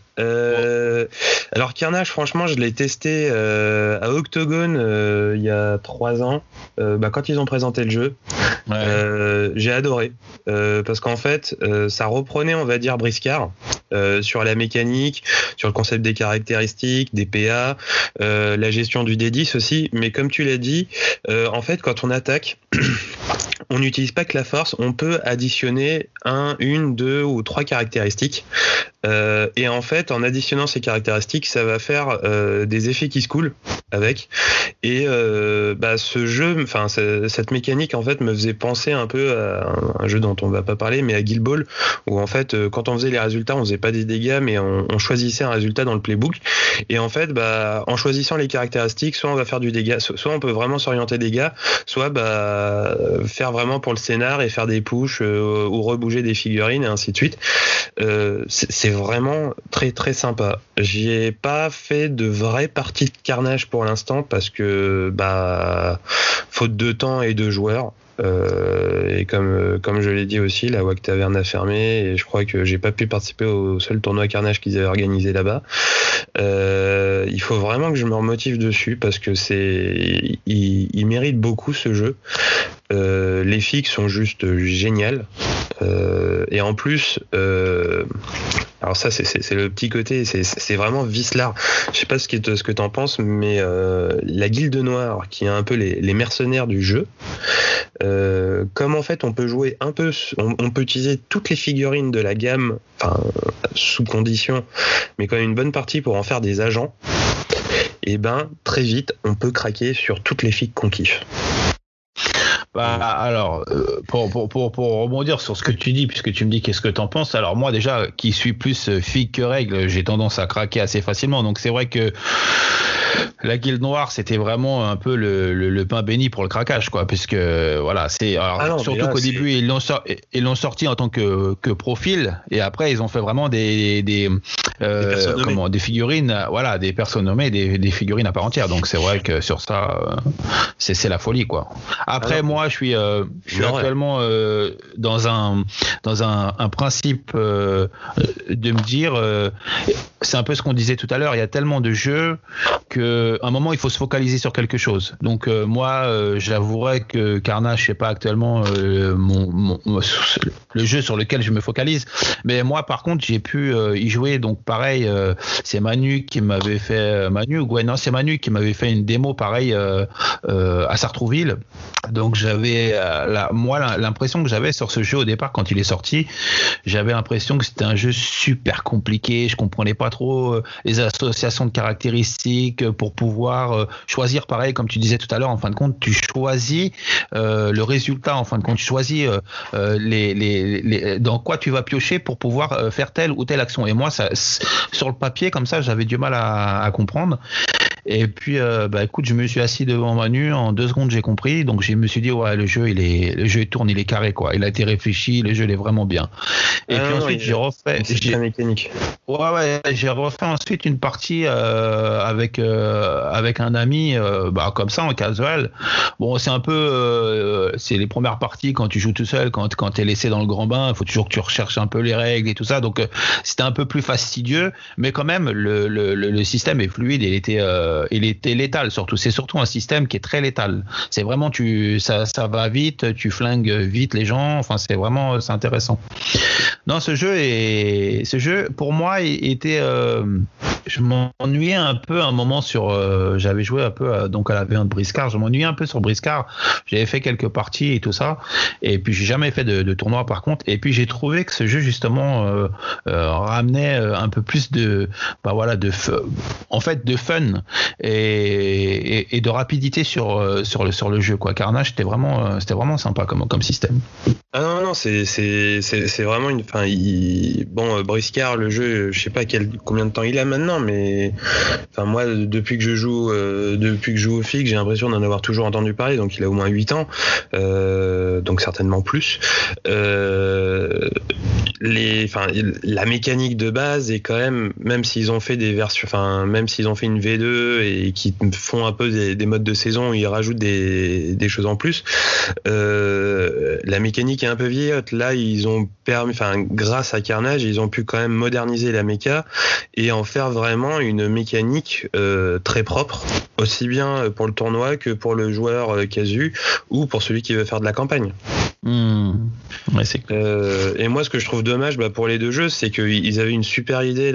Alors Carnage, franchement, je l'ai testé à Octogone il y a 3 ans, quand ils ont présenté le jeu. Ouais. J'ai adoré parce qu'en fait, ça reprenait, on va dire, Briscard sur la mécanique, sur le concept des caractéristiques, des PA, la gestion du D10 aussi. Mais comme tu l'as dit, en fait, quand on attaque, on n'utilise pas que la force, on peut additionner 1, 2 ou 3 caractéristiques. Et en fait, en additionnant ces caractéristiques, ça va faire des effets qui se coulent avec. Et ce jeu, cette mécanique en fait me faisait penser un peu à un jeu dont on va pas parler, mais à Guild Ball, où en fait quand on faisait les résultats, on faisait pas des dégâts, mais on choisissait un résultat dans le playbook. Et en fait, en choisissant les caractéristiques, soit on va faire du dégât, soit on peut vraiment s'orienter dégâts, soit faire vraiment pour le scénar et faire des pushs ou rebouger des figurines et ainsi de suite. C'est vraiment très très sympa. J'y ai pas fait de vraies parties de Carnage pour l'instant parce que faute de temps et de joueurs. Et comme je l'ai dit aussi, la WAG Taverne a fermé et je crois que j'ai pas pu participer au seul tournoi Carnage qu'ils avaient organisé là-bas. Il faut vraiment que je me remotive dessus parce que il mérite beaucoup ce jeu. Les figues sont juste géniales. Et en plus, alors ça c'est le petit côté, c'est vraiment vicelard. Je sais pas ce que t'en penses, mais la Guilde Noire, qui est un peu les mercenaires du jeu, comme en fait on peut jouer un peu, on peut utiliser toutes les figurines de la gamme, sous condition, mais quand même une bonne partie pour en faire des agents. Et très vite on peut craquer sur toutes les figues qu'on kiffe. Alors, pour rebondir sur ce que tu dis, puisque tu me dis qu'est-ce que t'en penses, alors moi déjà, qui suis plus figue que règle, j'ai tendance à craquer assez facilement, donc c'est vrai que la guilde noire, c'était vraiment un peu le pain béni pour le craquage, quoi, puisque voilà, c'est surtout qu'au début ils l'ont sorti en tant que profil, et après ils ont fait vraiment des figurines, voilà, des personnes nommées, des figurines à part entière. Donc c'est vrai que sur ça, c'est la folie, quoi. Après, moi, je suis actuellement dans un principe de me dire, c'est un peu ce qu'on disait tout à l'heure, il y a tellement de jeux qu'à un moment il faut se focaliser sur quelque chose. Donc moi, j'avouerais que Carnage, c'est pas actuellement le jeu sur lequel je me focalise, mais moi par contre j'ai pu y jouer. Donc pareil, c'est Manu qui m'avait fait c'est Manu qui m'avait fait une démo pareil à Sartrouville. Donc j'avais l'impression que j'avais sur ce jeu au départ quand il est sorti, j'avais l'impression que c'était un jeu super compliqué, je comprenais pas trop les associations de caractéristiques pour pouvoir choisir, pareil comme tu disais tout à l'heure, en fin de compte tu choisis le résultat, en fin de compte tu choisis dans quoi tu vas piocher pour pouvoir faire telle ou telle action. Et moi ça, sur le papier comme ça j'avais du mal à comprendre. Et puis écoute, je me suis assis devant Manu, en 2 secondes j'ai compris, donc je me suis dit ouais, le jeu il tourne, il est carré, quoi, il a été réfléchi, le jeu il est vraiment bien. Et puis ensuite j'ai refait mécanique. J'ai refait ensuite une partie avec un ami, comme ça en casual. Bon, c'est un peu c'est les premières parties quand tu joues tout seul, quand t'es laissé dans le grand bain, il faut toujours que tu recherches un peu les règles et tout ça, donc c'était un peu plus fastidieux, mais quand même le système est fluide, il était létal, surtout. C'est surtout un système qui est très létal. C'est vraiment ça va vite, tu flingues vite les gens. Enfin, c'est intéressant. Non, ce jeu pour moi était. Je m'ennuyais un peu à un moment j'avais joué un peu donc à la V1 de Briscard. Je m'ennuyais un peu sur Briscard. J'avais fait quelques parties et tout ça. Et puis j'ai jamais fait de tournoi par contre. Et puis j'ai trouvé que ce jeu justement ramenait un peu plus de fun et de rapidité sur le jeu, quoi. Carnage, c'était vraiment sympa comme système. Ah non, c'est vraiment Briscard, le jeu, je sais pas combien de temps il a maintenant, mais enfin moi depuis que je joue au FIG, j'ai l'impression d'en avoir toujours entendu parler, donc il a au moins 8 ans, donc certainement plus. La mécanique de base est quand même s'ils ont fait des versions, même s'ils ont fait une V2 et qui font un peu des modes de saison où ils rajoutent des choses en plus, la mécanique est un peu vieillotte. Là, ils ont grâce à Carnage, ils ont pu quand même moderniser la méca et en faire vraiment une mécanique très propre, aussi bien pour le tournoi que pour le joueur casu ou pour celui qui veut faire de la campagne. Ouais, c'est clair. Et moi, ce que je trouve dommage pour les 2 jeux, c'est qu'ils avaient une super idée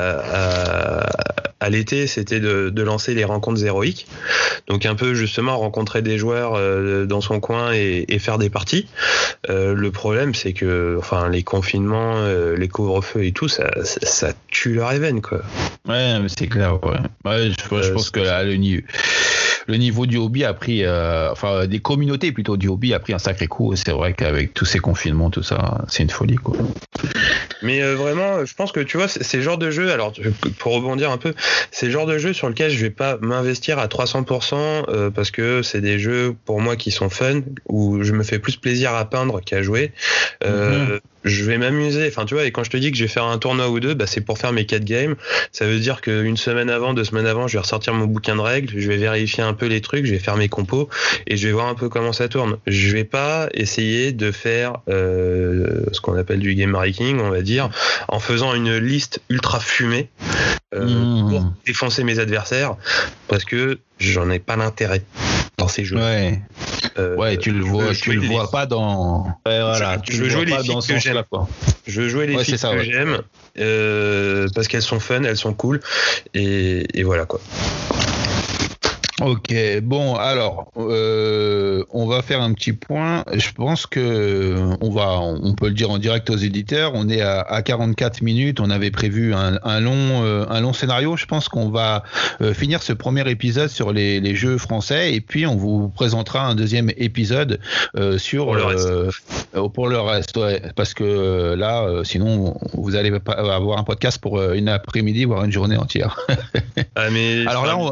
à l'été, c'était de lancer les rencontres héroïques. Donc un peu justement rencontrer des joueurs dans son coin et faire des parties. Le problème, c'est que les confinements, les couvre-feux et tout, ça tue leur événement, quoi. Ouais, mais c'est clair. Ouais, je pense que là, le niveau du hobby a pris, des communautés plutôt du hobby a pris un sacré coup. C'est vrai qu'avec tous ces confinements, tout ça, c'est une folie, quoi. Mais vraiment, je pense que tu vois, c'est le genre de jeu, alors pour rebondir un peu, c'est le genre de jeu sur lequel je vais pas m'investir à 300% parce que c'est des jeux pour moi qui sont fun, où je me fais plus plaisir à peindre qu'à jouer. Je vais m'amuser, tu vois, et quand je te dis que je vais faire un tournoi ou 2, c'est pour faire mes 4 games. Ça veut dire qu'une semaine avant, 2 semaines avant, je vais ressortir mon bouquin de règles, je vais vérifier un peu les trucs, je vais faire mes compos et je vais voir un peu comment ça tourne. Je vais pas essayer de faire ce qu'on appelle du game ranking, on va dire, en faisant une liste ultra fumée pour défoncer mes adversaires, parce que j'en ai pas l'intérêt dans ces jeux. Tu le vois pas dans. Je veux jouer les filles que j'aime. Je veux jouer les filles que j'aime parce qu'elles sont fun, elles sont cool et voilà, quoi. Ok, bon, alors, on va faire un petit point. Je pense que on peut le dire en direct aux éditeurs. On est à 44 minutes. On avait prévu un long scénario. Je pense qu'on va finir ce premier épisode sur les jeux français et puis on vous présentera un deuxième épisode sur pour le reste. Ouais, parce que là, sinon, vous allez pas avoir un podcast pour une après-midi, voire une journée entière. Ah mais alors là,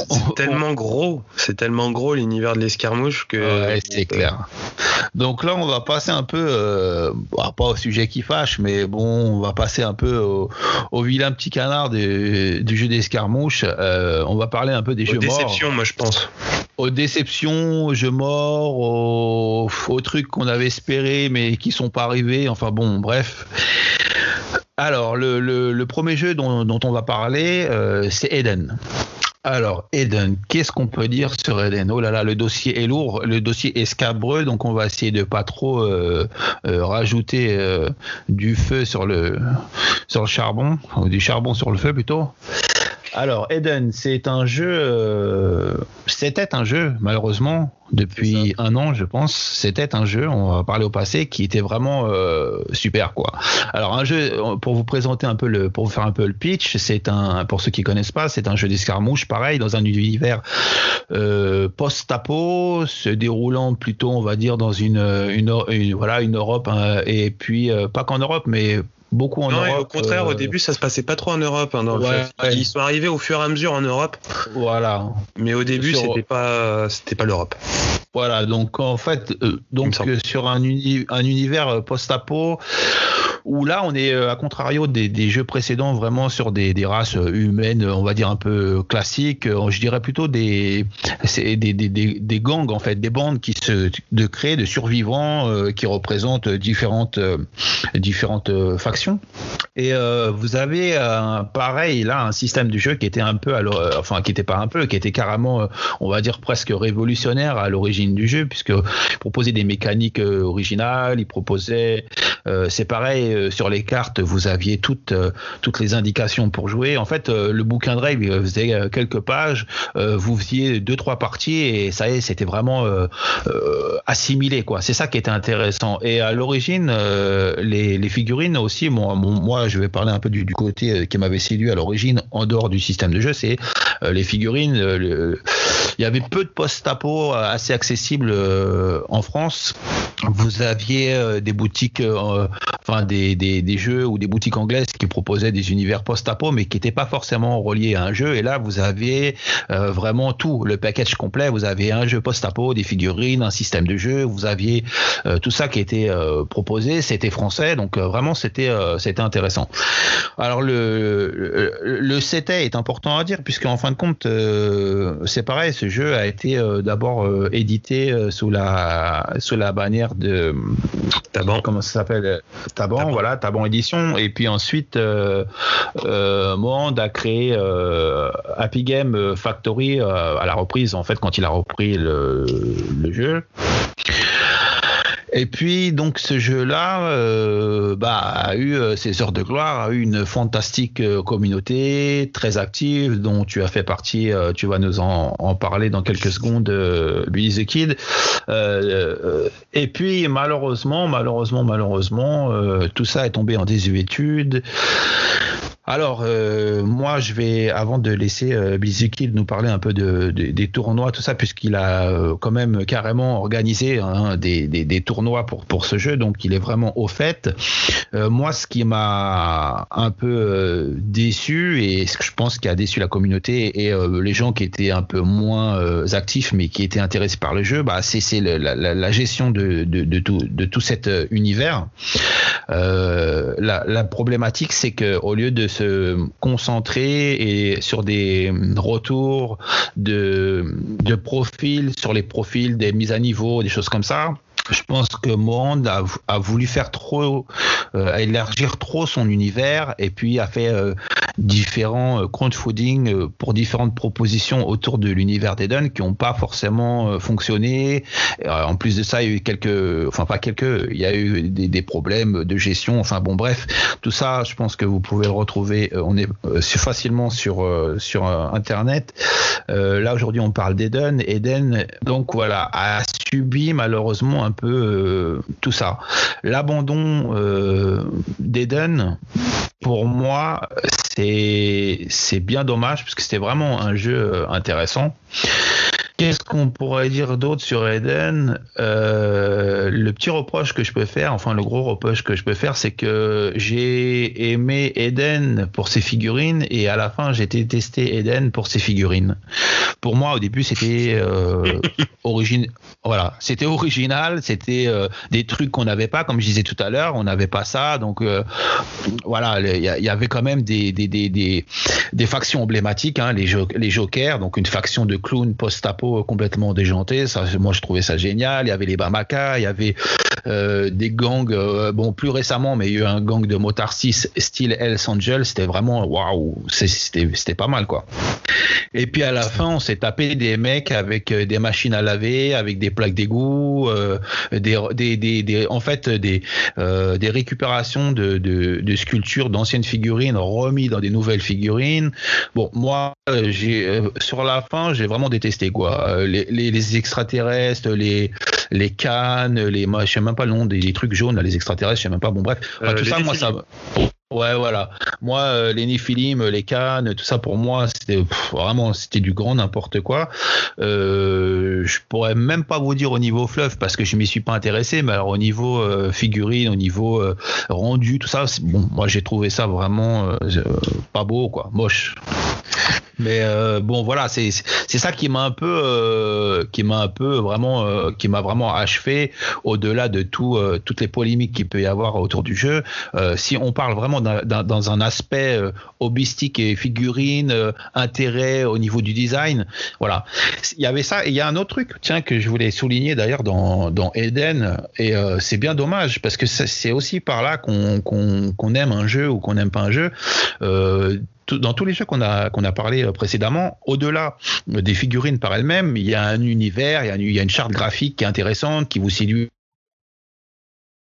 c'est tellement gros l'univers de l'escarmouche que. Ouais, c'est clair. Donc là, on va passer un peu, pas au sujet qui fâche, mais bon, on va passer un peu au vilain petit canard du jeu d'escarmouche. On va parler un peu des jeux morts. Aux déceptions, moi je pense. Aux déceptions, aux jeux morts, aux trucs qu'on avait espérés mais qui sont pas arrivés. Enfin bon, bref. Alors, le premier jeu dont on va parler, c'est Eden. Alors, Eden, qu'est-ce qu'on peut dire sur Eden? Oh là là, le dossier est lourd, le dossier est scabreux, donc on va essayer de pas trop rajouter du feu sur le charbon, ou du charbon sur le feu plutôt. Alors, Eden, c'était un jeu, malheureusement, depuis un an, je pense. C'était un jeu, on va parler au passé, qui était vraiment super, quoi. Alors, un jeu, pour vous présenter un peu pour vous faire un peu le pitch, pour ceux qui connaissent pas, c'est un jeu d'escarmouche, pareil, dans un univers post-apo, se déroulant plutôt, on va dire, dans une Europe, hein, et puis pas qu'en Europe, mais beaucoup en Europe. Au contraire, au début, ça se passait pas trop en Europe. Hein, Ils sont arrivés au fur et à mesure en Europe. Voilà. Mais au début, c'était pas l'Europe. Voilà. Donc en fait, sur un univers post-apo où là, on est à contrario des jeux précédents, vraiment sur des races humaines, on va dire un peu classiques. Je dirais plutôt des gangs en fait, des bandes de survivants qui représentent différentes factions. Et vous avez pareil là un système du jeu qui était un peu qui était carrément on va dire presque révolutionnaire à l'origine du jeu, puisque il proposait des mécaniques originales, il proposait c'est pareil sur les cartes vous aviez toutes les indications pour jouer. En fait le bouquin de règles faisait quelques pages, vous faisiez 2-3 parties et ça y est, c'était vraiment assimilé quoi. C'est ça qui était intéressant. Et à l'origine les figurines aussi, moi je vais parler un peu du côté qui m'avait séduit à l'origine en dehors du système de jeu, c'est les figurines. Il y avait peu de post-apo assez accessibles en France. Vous aviez des boutiques, des jeux ou des boutiques anglaises qui proposaient des univers post-apo mais qui n'étaient pas forcément reliés à un jeu. Et là, vous aviez vraiment tout, le package complet. Vous avez un jeu post-apo, des figurines, un système de jeu. Vous aviez tout ça qui était proposé. C'était français, donc vraiment c'était intéressant. Alors le c'était est important à dire puisque en fin de compte c'est pareil, ce jeu a été d'abord édité sous la bannière de Taban. Comment ça s'appelle? Taban, voilà, Taban Édition. Et puis ensuite Mohand a créé Happy Game Factory à la reprise, en fait, quand il a repris le jeu. Et puis donc ce jeu-là a eu ses heures de gloire, a eu une fantastique communauté très active dont tu as fait partie. Tu vas nous en parler dans quelques secondes, Billy the Kid. Et puis malheureusement, tout ça est tombé en désuétude. Alors, moi, je vais, avant de laisser Billy the Kid nous parler un peu des tournois, tout ça, puisqu'il a quand même carrément organisé des tournois pour ce jeu, donc il est vraiment au fait. Moi, ce qui m'a un peu déçu, et ce que je pense qui a déçu la communauté et les gens qui étaient un peu moins actifs, mais qui étaient intéressés par le jeu, c'est la gestion de tout cet univers. La problématique, c'est que au lieu de se concentrer et sur des retours de profils, sur les profils des mises à niveau, des choses comme ça, je pense que Mohand a voulu faire élargir trop son univers et puis a fait différents crowdfunding pour différentes propositions autour de l'univers d'Eden qui n'ont pas forcément fonctionné. En plus de ça, il y a eu il y a eu des problèmes de gestion. Enfin bon, bref, tout ça, je pense que vous pouvez le retrouver. On est facilement sur Internet. Là aujourd'hui, on parle d'Eden. Eden, donc voilà, a subi malheureusement un peu tout ça. L'abandon d'Eden, pour moi, c'est bien dommage parce que c'était vraiment un jeu intéressant. Qu'est-ce qu'on pourrait dire d'autre sur Eden ? Le petit reproche que je peux faire, enfin le gros reproche que je peux faire, c'est que j'ai aimé Eden pour ses figurines et à la fin j'ai détesté Eden pour ses figurines. Pour moi au début c'était c'était original, c'était des trucs qu'on n'avait pas, comme je disais tout à l'heure, on n'avait pas ça, donc voilà, il y avait quand même des factions emblématiques, hein, les Jokers, donc une faction de clowns post-apo complètement déjanté, ça, moi je trouvais ça génial. Il y avait les Bamaka, il y avait des gangs, plus récemment, mais il y a eu un gang de motards style Hells Angels, c'était vraiment waouh, c'était pas mal quoi. Et puis à la fin, on s'est tapé des mecs avec des machines à laver, avec des plaques d'égout, des récupérations de sculptures d'anciennes figurines remis dans des nouvelles figurines. Bon, moi, sur la fin, j'ai vraiment détesté quoi. Les extraterrestres, les cannes, je sais même pas le nom des trucs jaunes, là, les extraterrestres, je sais même pas. Bon bref, tout ça, moi ça. Ouais, voilà. Moi, les Néphilim, les cannes, tout ça, pour moi, c'était du grand n'importe quoi. Je pourrais même pas vous dire au niveau fluff parce que je m'y suis pas intéressé, mais alors au niveau figurine, au niveau rendu, tout ça, moi j'ai trouvé ça vraiment pas beau, quoi, moche. Mais voilà, c'est ça qui m'a vraiment achevé au-delà de toutes les polémiques qu'il peut y avoir autour du jeu. Si on parle vraiment dans un aspect hobbyistique et figurine, intérêt au niveau du design, voilà. Il y avait ça et il y a un autre truc, tiens, que je voulais souligner d'ailleurs dans Eden, et c'est bien dommage parce que c'est aussi par là qu'on aime un jeu ou qu'on n'aime pas un jeu. Dans tous les jeux qu'on a parlé précédemment, au-delà des figurines par elles-mêmes, il y a un univers, il y a une charte graphique qui est intéressante, qui vous séduit. Allô ?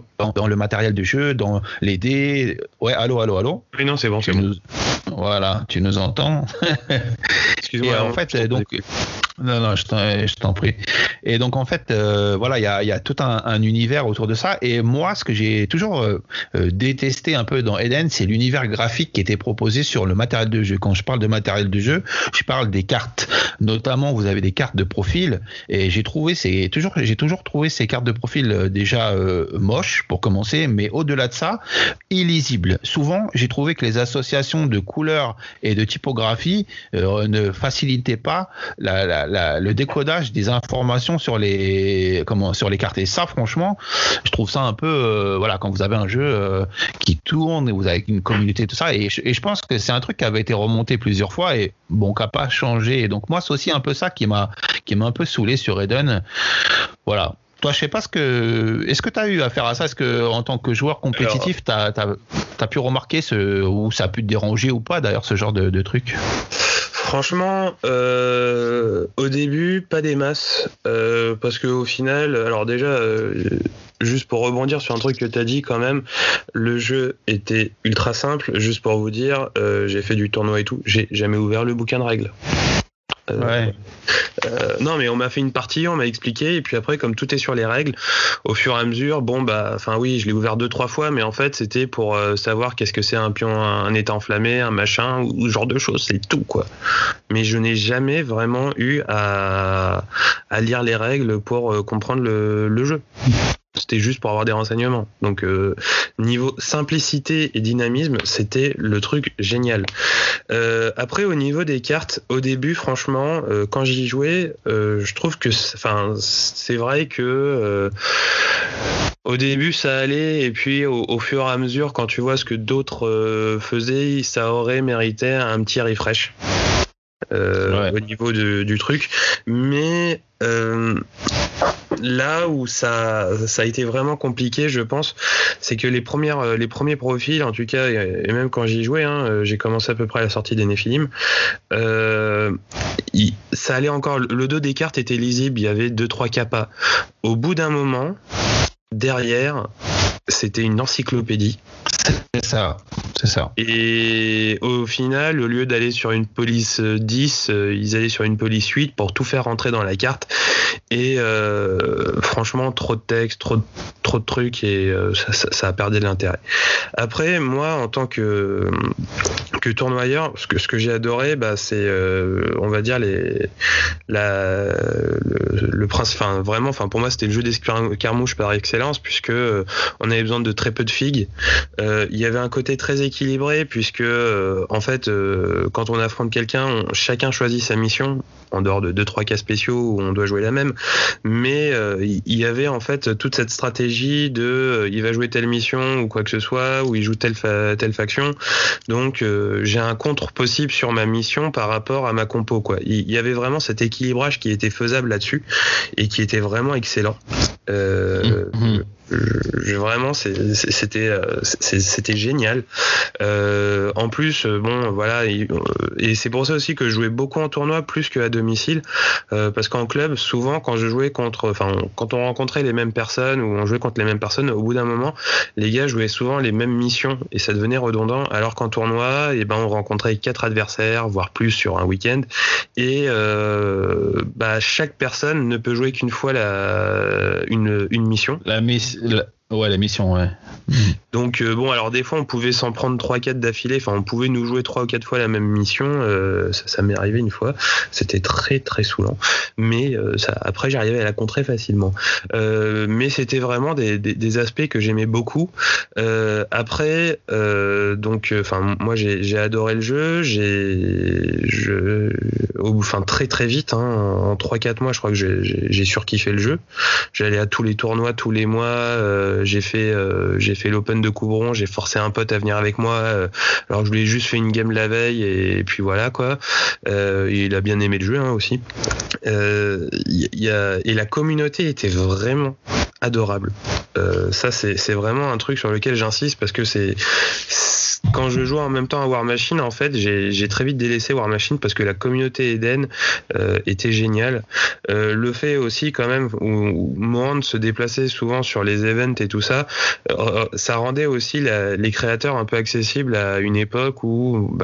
Dans le matériel de jeu, dans les dés. Ouais, allô. Oui, non, c'est bon, c'est bon. Voilà, tu nous entends. Excuse-moi. Et en fait, donc. Non, je t'en prie. Et donc en fait, voilà, il y a tout un univers autour de ça. Et moi, ce que j'ai toujours détesté un peu dans Eden, c'est l'univers graphique qui était proposé sur le matériel de jeu. Quand je parle de matériel de jeu, je parle des cartes. Notamment, vous avez des cartes de profil. Et j'ai toujours trouvé ces cartes de profil déjà moches pour commencer, mais au-delà de ça, illisibles. Souvent, j'ai trouvé que les associations de couleurs et de typographie ne facilitaient pas le décodage des informations sur les cartes. Et ça, franchement, je trouve ça un peu quand vous avez un jeu qui tourne et vous avez une communauté, tout ça, et je pense que c'est un truc qui avait été remonté plusieurs fois et qui n'a pas changé. Et donc moi, c'est aussi un peu ça qui m'a un peu saoulé sur Eden. Voilà. Toi, je sais pas est-ce que tu as eu affaire à ça? Est-ce que en tant que joueur compétitif, tu as pu remarquer ou ça a pu te déranger ou pas d'ailleurs, ce genre de truc? Franchement, au début, pas des masses, parce qu'au final, alors déjà, juste pour rebondir sur un truc que tu as dit quand même, le jeu était ultra simple. Juste pour vous dire, j'ai fait du tournoi et tout, j'ai jamais ouvert le bouquin de règles. Ouais. Non, mais on m'a fait une partie, on m'a expliqué, et puis après, comme tout est sur les règles, au fur et à mesure, oui, je l'ai ouvert 2-3 fois, mais en fait, c'était pour savoir qu'est-ce que c'est un pion, un état enflammé, un machin, ou ce genre de choses, c'est tout, quoi. Mais je n'ai jamais vraiment eu à lire les règles pour comprendre le jeu. C'était juste pour avoir des renseignements. Donc niveau simplicité et dynamisme, c'était le truc génial. Après, au niveau des cartes, au début, franchement, quand j'y jouais, je trouve que c'est vrai que au début ça allait, et puis au fur et à mesure, quand tu vois ce que d'autres faisaient, ça aurait mérité un petit refresh. Au niveau du truc, mais là où ça a été vraiment compliqué, je pense, c'est que les premiers profils, en tout cas, et même quand j'y jouais, j'ai commencé à peu près à la sortie des Nephilim, ça allait encore, le dos des cartes était lisible, il y avait 2-3 capas. Au bout d'un moment, derrière, c'était une encyclopédie. C'est ça. Et au final, au lieu d'aller sur une police 10, ils allaient sur une police 8 pour tout faire rentrer dans la carte. Et franchement, trop de texte, trop de trucs, et ça a perdu de l'intérêt. Après, moi, en tant que tournoyeur, ce que j'ai adoré, c'est, on va dire, le principe. Enfin, vraiment, pour moi, c'était le jeu d'escarmouche par excellence, puisque on avait besoin de très peu de figues. Il y avait un côté très équilibré, puisque en fait, quand on affronte quelqu'un, chacun choisit sa mission, en dehors de 2-3 cas spéciaux où on doit jouer la même, mais il y avait en fait toute cette stratégie de il va jouer telle mission ou quoi que ce soit, ou il joue telle faction, donc j'ai un contre possible sur ma mission par rapport à ma compo, quoi. Il y avait vraiment cet équilibrage qui était faisable là-dessus et qui était vraiment excellent. Vraiment, c'était génial. En plus, bon, voilà, et c'est pour ça aussi que je jouais beaucoup en tournoi plus qu'à domicile, parce qu'en club, souvent, quand on rencontrait les mêmes personnes ou on jouait contre les mêmes personnes, au bout d'un moment, les gars jouaient souvent les mêmes missions et ça devenait redondant. Alors qu'en tournoi, on rencontrait 4 adversaires, voire plus sur un week-end, et chaque personne ne peut jouer qu'une fois une mission. La mission, ouais. Donc bon, alors des fois on pouvait s'en prendre 3-4 d'affilée, on pouvait nous jouer 3 ou 4 fois la même mission, ça m'est arrivé une fois, c'était très très saoulant, mais après j'arrivais à la contrer facilement, mais c'était vraiment des aspects que j'aimais beaucoup. Après moi j'ai adoré le jeu, très très vite, en 3-4 mois je crois que j'ai surkiffé le jeu. J'allais à tous les tournois tous les mois, j'ai fait l'Open de Coubron, j'ai forcé un pote à venir avec moi, alors que je lui ai juste fait une game la veille, et puis voilà quoi. Il a bien aimé le jeu aussi. Et la communauté était vraiment adorable. Ça c'est vraiment un truc sur lequel j'insiste, parce que quand je jouais en même temps à War Machine, en fait, j'ai très vite délaissé War Machine parce que la communauté Eden était géniale. Le fait aussi quand même où Mohand se déplaçait souvent sur les events et tout ça, ça rendait aussi les créateurs un peu accessibles à une époque où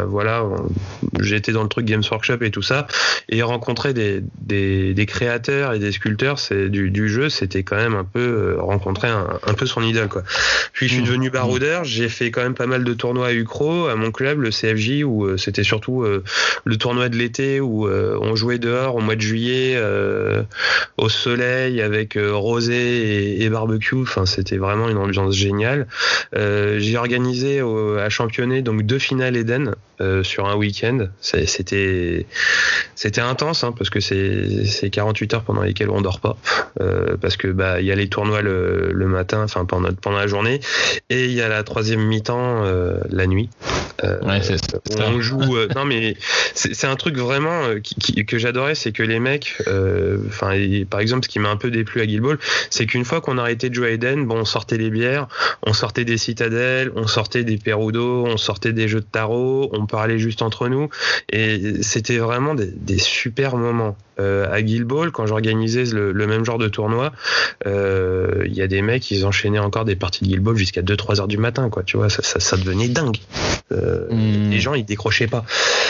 j'étais dans le truc Games Workshop et tout ça, et rencontrer des créateurs et des sculpteurs du jeu, c'était quand même un peu rencontrer un peu son idole, quoi. Puis je suis devenu baroudeur, j'ai fait quand même pas mal de tournoi à Ucro, à mon club, le CFJ, où c'était surtout le tournoi de l'été où on jouait dehors au mois de juillet au soleil avec rosé et barbecue. C'était vraiment une ambiance géniale. J'ai organisé à Championnet donc 2 finales Eden sur un week-end. C'était intense, parce que c'est 48 heures pendant lesquelles on dort pas, parce que il y a les tournois le matin, pendant la journée, et il y a la 3e mi-temps la nuit. C'est ça. On joue. Non, mais c'est un truc vraiment que j'adorais, c'est que les mecs, par exemple, ce qui m'a un peu déplu à Guild Ball, c'est qu'une fois qu'on arrêtait de jouer à Eden, on sortait les bières, on sortait des citadelles, on sortait des Perudo, on sortait des jeux de tarot, on parlait juste entre nous, et c'était vraiment des super moments. À Guild Ball, quand j'organisais le même genre de tournoi, il y a des mecs, ils enchaînaient encore des parties de Guild Ball jusqu'à 2-3 heures du matin, quoi. Tu vois, ça devenait dingue. Les gens, ils décrochaient pas.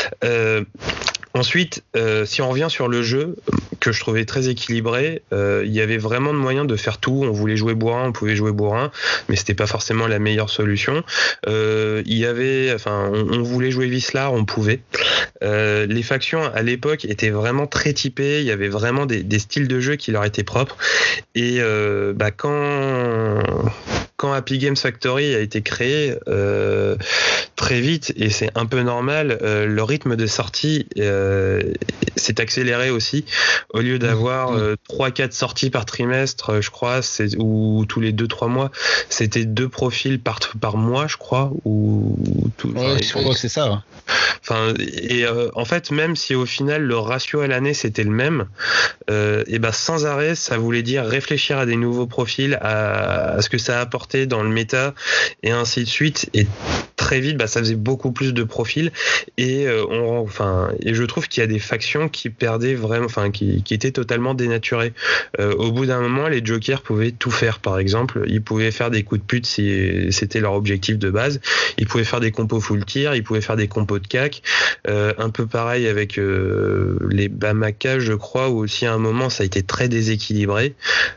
Ensuite, si on revient sur le jeu, que je trouvais très équilibré, il y avait vraiment de moyens de faire tout. On voulait jouer bourrin, on pouvait jouer bourrin, mais c'était pas forcément la meilleure solution. Il y avait, on voulait jouer Wislar, on pouvait. Les factions à l'époque étaient vraiment très typées. Il y avait vraiment des styles de jeu qui leur étaient propres. Et quand Happy Games Factory a été créé, très vite, et c'est un peu normal, le rythme de sortie s'est accéléré aussi. Au lieu d'avoir 3-4 sorties par trimestre, je crois, ou tous les 2-3 mois, c'était 2 profils par mois, je crois, je crois que c'est ça. Hein. Enfin, en fait, même si au final le ratio à l'année c'était le même, et ben sans arrêt, ça voulait dire réfléchir à des nouveaux profils, à ce que ça apportait dans le méta, et ainsi de suite. Et très vite, ça faisait beaucoup plus de profils, et je trouve qu'il y a des factions qui perdaient vraiment, qui étaient totalement dénaturées. Au bout d'un moment, les jokers pouvaient tout faire. Par exemple, ils pouvaient faire des coups de pute si c'était leur objectif de base. Ils pouvaient faire des compos full tier, ils pouvaient faire des compos de CAC. Un peu pareil avec les Bamaka, je crois, où aussi à un moment ça a été très déséquilibré.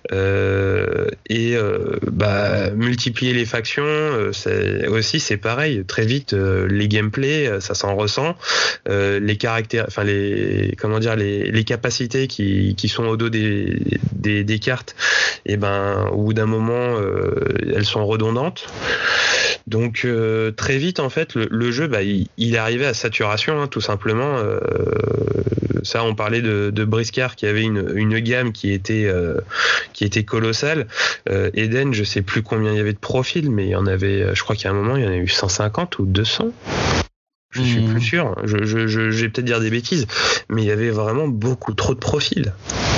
Multiplier les factions, c'est pareil. Très vite, les gameplays, ça s'en ressent. Les caractères, les capacités qui sont au dos des cartes, et au bout d'un moment, elles sont redondantes. Donc très vite, en fait, le jeu, il est arrivé à saturation, tout simplement. Ça, on parlait de Briscard qui avait une gamme qui était colossale. Eden, je sais plus combien il y avait de profils, mais il y en avait, je crois qu'à un moment, il y en a eu 150 ou 200. Je suis plus sûr. Je vais peut-être dire des bêtises, mais il y avait vraiment beaucoup trop de profils.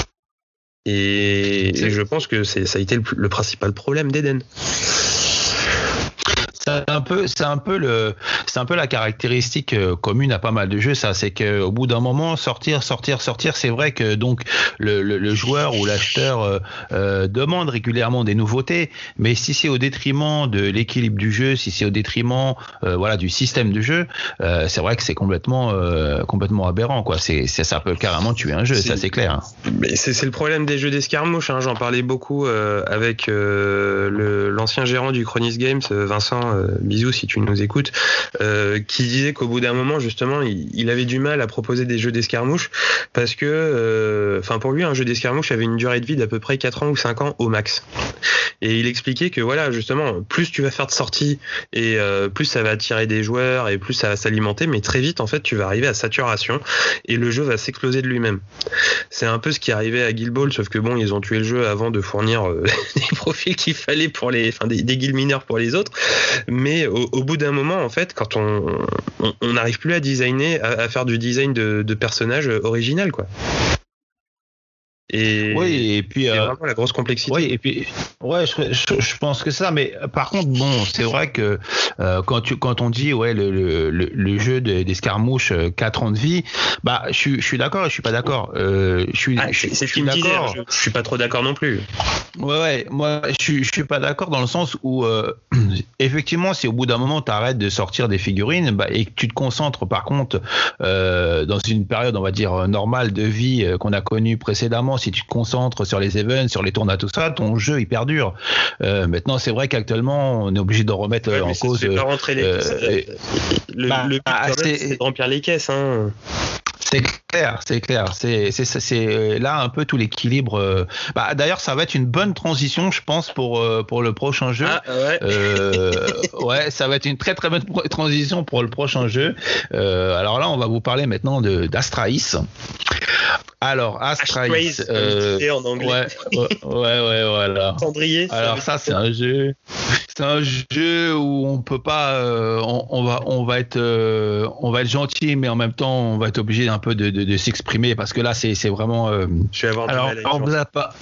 Et je pense que ça a été le principal problème d'Eden. C'est un peu la caractéristique commune à pas mal de jeux, ça, c'est qu'au bout d'un moment, sortir, c'est vrai que donc le joueur ou l'acheteur demande régulièrement des nouveautés, mais si c'est au détriment de l'équilibre du jeu, si c'est au détriment du système de jeu, c'est vrai que c'est complètement aberrant, quoi. Ça peut carrément tuer un jeu, ça c'est clair. Hein. Mais c'est le problème des jeux d'escarmouche, hein. J'en parlais beaucoup avec l'ancien gérant du Chronis Games, Vincent. Bisous si tu nous écoutes, qui disait qu'au bout d'un moment, justement, il avait du mal à proposer des jeux d'escarmouche parce que, pour lui, un jeu d'escarmouche avait une durée de vie d'à peu près 4 ans ou 5 ans au max. Et il expliquait que, voilà, justement, plus tu vas faire de sorties et plus ça va attirer des joueurs et plus ça va s'alimenter, mais très vite, en fait, tu vas arriver à saturation et le jeu va s'exploser de lui-même. C'est un peu ce qui est arrivé à Guild Ball, sauf que bon, ils ont tué le jeu avant de fournir les profils qu'il fallait pour des guild mineurs pour les autres. Mais au bout d'un moment, en fait, quand on n'arrive plus à designer, à faire du design de personnages original, quoi. Et puis c'est vraiment la grosse complexité. Oui, et puis je pense que ça, mais par contre, bon, c'est vrai que quand on dit le jeu d'escarmouche 4 ans de vie, je suis d'accord et je suis pas d'accord. C'est ce qu'il me disait, je suis pas trop d'accord non plus. Ouais, moi je suis pas d'accord dans le sens où effectivement, si au bout d'un moment tu arrêtes de sortir des figurines et que tu te concentres par contre dans une période, on va dire, normale de vie qu'on a connue précédemment, si tu te concentres sur les events, sur les tournois, tout ça, ton jeu il perdure. Maintenant, c'est vrai qu'actuellement, on est obligé de remettre en cause. Pas rentrer les le but, c'est de remplir les caisses. Hein. C'est clair. C'est là un peu tout l'équilibre. D'ailleurs, ça va être une bonne transition, je pense, pour le prochain jeu. Ça va être une très très bonne transition pour le prochain jeu. Alors là, on va vous parler maintenant d'Astraïs. Alors, Astraïs, en anglais. Voilà. Cendrier. Alors ça, c'est un jeu où on peut pas, on va être gentil, mais en même temps, on va être obligé un peu de s'exprimer parce que là, c'est vraiment. Je vais avoir du mal on vous a pas.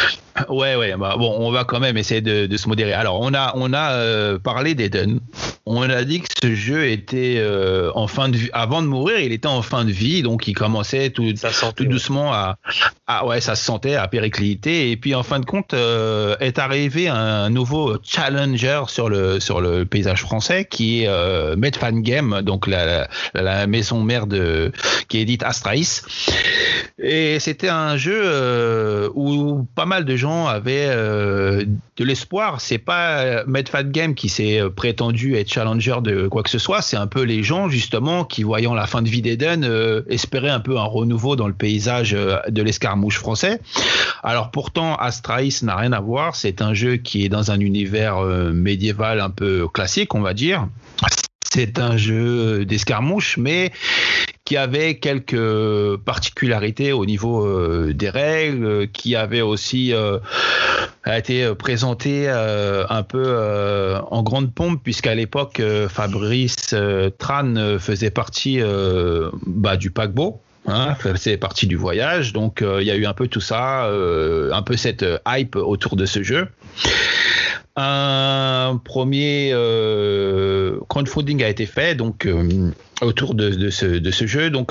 On va quand même essayer de se modérer. Alors, on a parlé d'Eden. On a dit que ce jeu était en fin de vie. Avant de mourir, il était en fin de vie, donc il commençait tout doucement ça se sentait à péricliter. Et puis, en fin de compte, est arrivé un nouveau challenger sur le paysage français qui est Medfan Game, donc la maison mère qui édite Astraïs. Et c'était un jeu où pas mal de gens avaient de l'espoir. C'est pas Medfan Game qui s'est prétendu être challenger de quoi que ce soit. C'est un peu les gens justement qui, voyant la fin de vie d'Eden, espéraient un peu un renouveau dans le paysage de l'escarmouche français. Alors pourtant, Astraïs n'a rien à voir. C'est un jeu qui est dans un univers médiéval un peu classique, on va dire. c'est un jeu d'escarmouche, mais qui avait quelques particularités au niveau des règles, qui avait aussi a été présenté un peu en grande pompe, puisqu'à l'époque Fabrice Tran faisait partie du paquebot. C'est partie du voyage, donc il y a eu un peu tout ça, un peu cette hype autour de ce jeu. Un premier crowdfunding a été fait, donc autour de ce jeu, donc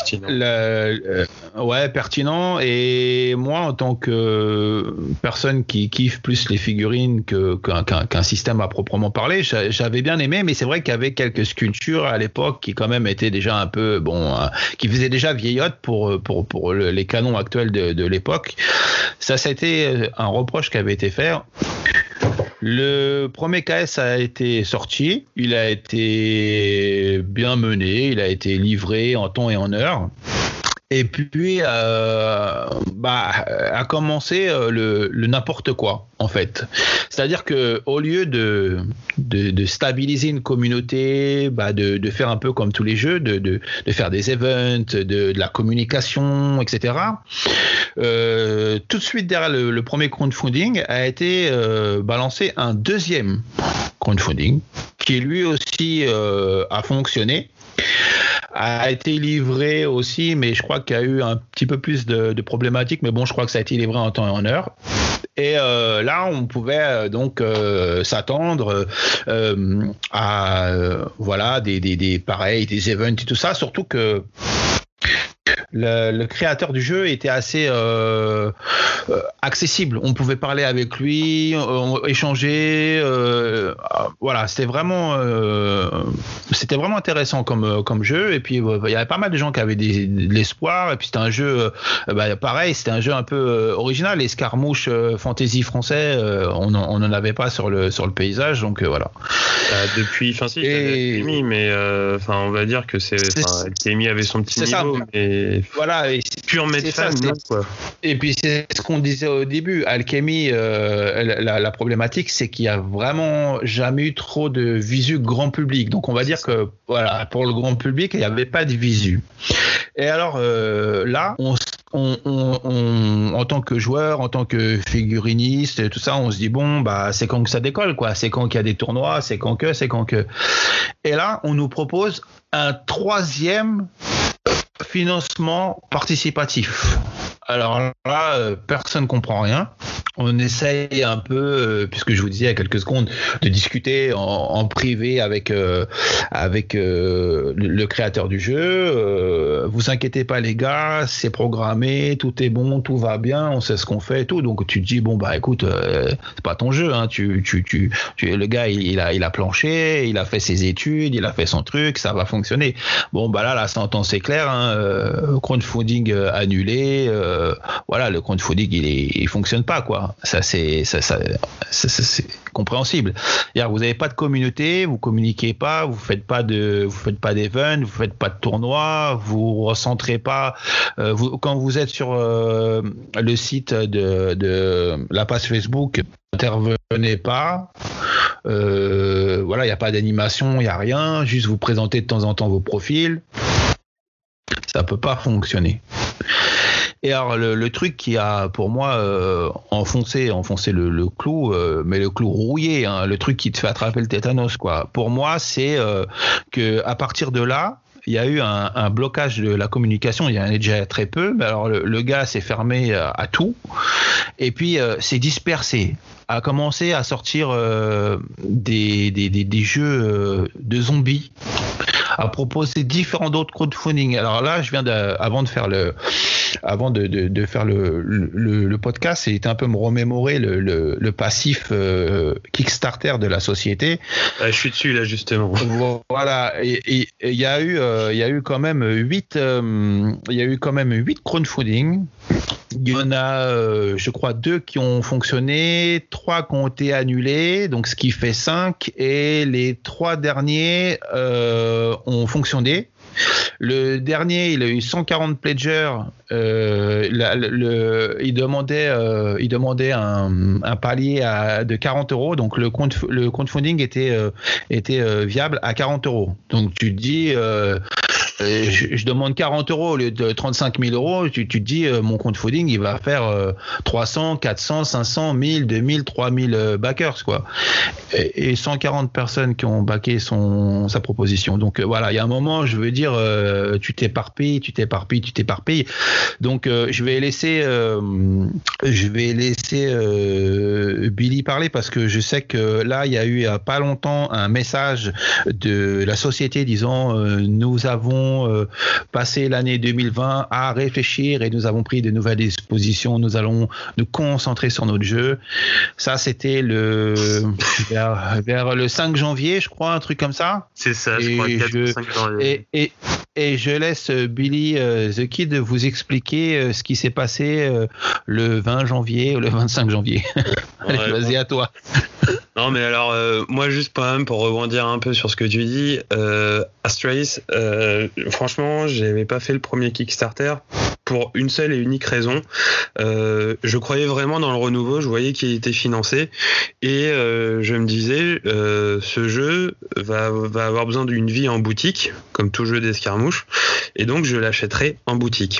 pertinent. Et moi, en tant que personne qui kiffe plus les figurines qu'un système à proprement parler, j'avais bien aimé, mais c'est vrai qu'il y avait quelques sculptures à l'époque qui quand même étaient déjà un peu qui faisaient déjà vieillotte pour les canons actuels de l'époque. Ça a été un reproche qui avait été fait. Le premier KS a été sorti, il a été bien mené, il a été livré en temps et en heure. Et puis a commencé le n'importe quoi, en fait. C'est-à-dire que au lieu de stabiliser une communauté, de faire un peu comme tous les jeux, de faire des events, de la communication, etc. Tout de suite derrière le premier crowdfunding a été balancé un deuxième crowdfunding qui lui aussi a fonctionné. A été livré aussi, mais je crois qu'il y a eu un petit peu plus de problématiques, mais bon, je crois que ça a été livré en temps et en heure. Et là, on pouvait donc s'attendre à des events et tout ça, surtout que le créateur du jeu était assez accessible. On pouvait parler avec lui, échanger. C'était vraiment intéressant comme jeu. Et puis il y avait pas mal de gens qui avaient de l'espoir. Et puis c'était un jeu, pareil, c'était un jeu un peu original. Escarmouche fantasy français, on n'en avait pas sur le paysage. Donc voilà. Depuis, Alchemy, mais on va dire que Alchemy avait son petit niveau, mais voilà, pur mettre fan, quoi. Et puis c'est ce qu'on disait au début, Alchemy, la problématique, c'est qu'il y a vraiment jamais eu trop de visu grand public. Donc on va dire que voilà, pour le grand public, il n'y avait pas de visu. Et alors là, on en tant que joueur, en tant que figuriniste, tout ça, on se dit c'est quand que ça décolle, quoi. C'est quand qu'il y a des tournois, c'est quand que. Et là, on nous propose un troisième financement participatif. Alors là, personne ne comprend rien. On essaye un peu, puisque je vous disais il y a quelques secondes, de discuter en privé avec le créateur du jeu. Vous inquiétez pas les gars, c'est programmé, tout est bon, tout va bien, on sait ce qu'on fait et tout. Donc tu te dis écoute, c'est pas ton jeu, hein. Le gars il a planché, il a fait ses études, il a fait son truc, ça va fonctionner. Là la sentence est claire, hein. Crowdfunding annulé. Le crowdfunding il fonctionne pas, quoi. Ça c'est compréhensible. Vous n'avez pas de communauté, vous communiquez pas, vous faites pas d'event, vous faites pas de tournoi, vous recentrez pas. Quand vous êtes sur le site de la page Facebook, n'intervenez pas. Il n'y a pas d'animation, il n'y a rien. Juste vous présentez de temps en temps vos profils. Ça peut pas fonctionner. Et alors le truc qui a pour moi enfoncé le clou, mais le clou rouillé, hein, le truc qui te fait attraper le tétanos, quoi. Pour moi, c'est que à partir de là, il y a eu un blocage de la communication. Il y en a déjà très peu, mais alors le gars s'est fermé à tout, et puis s'est dispersé, a commencé à sortir des jeux de zombies, a proposé différents d'autres crowdfunding. Alors là, je viens avant de faire le podcast, c'était un peu me remémorer le passif Kickstarter de la société. Je suis dessus là justement. Voilà, et il y a eu quand même 8 crowdfunding. Il y en a, je crois, 2 qui ont fonctionné, 3 qui ont été annulés, donc ce qui fait 5, et les 3 derniers ont fonctionné. Le dernier, il a eu 140 pledgers. Il demandait un palier de 40 €. Donc le crowdfunding était viable à 40 €. Donc tu te dis, je demande 40 € au lieu de 35 000 €. Tu te dis, mon crowdfunding, il va faire 300, 400, 500, 1000, 2000, 3000 backers, quoi. Et 140 personnes qui ont backé sa proposition. Donc voilà, il y a un moment, je veux dire, tu t'éparpilles. Donc je vais laisser Billy parler, parce que je sais que là, il y a eu il y a pas longtemps un message de la société disant nous avons passé l'année 2020 à réfléchir et nous avons pris de nouvelles dispositions, nous allons nous concentrer sur notre jeu. Ça, c'était vers le 5 janvier, je crois, un truc comme ça. C'est ça, je crois, 4 ou 5 janvier. Et je laisse Billy the Kid vous expliquer ce qui s'est passé le 20 janvier ou le 25 janvier. Allez, vas-y, à toi. Non, mais alors, moi, juste quand même pour rebondir un peu sur ce que tu dis, Astralis, franchement, j'avais pas fait le premier Kickstarter pour une seule et unique raison. Je croyais vraiment dans le renouveau, je voyais qu'il était financé, et je me disais, ce jeu va avoir besoin d'une vie en boutique, comme tout jeu d'escarmouche, et donc je l'achèterai en boutique.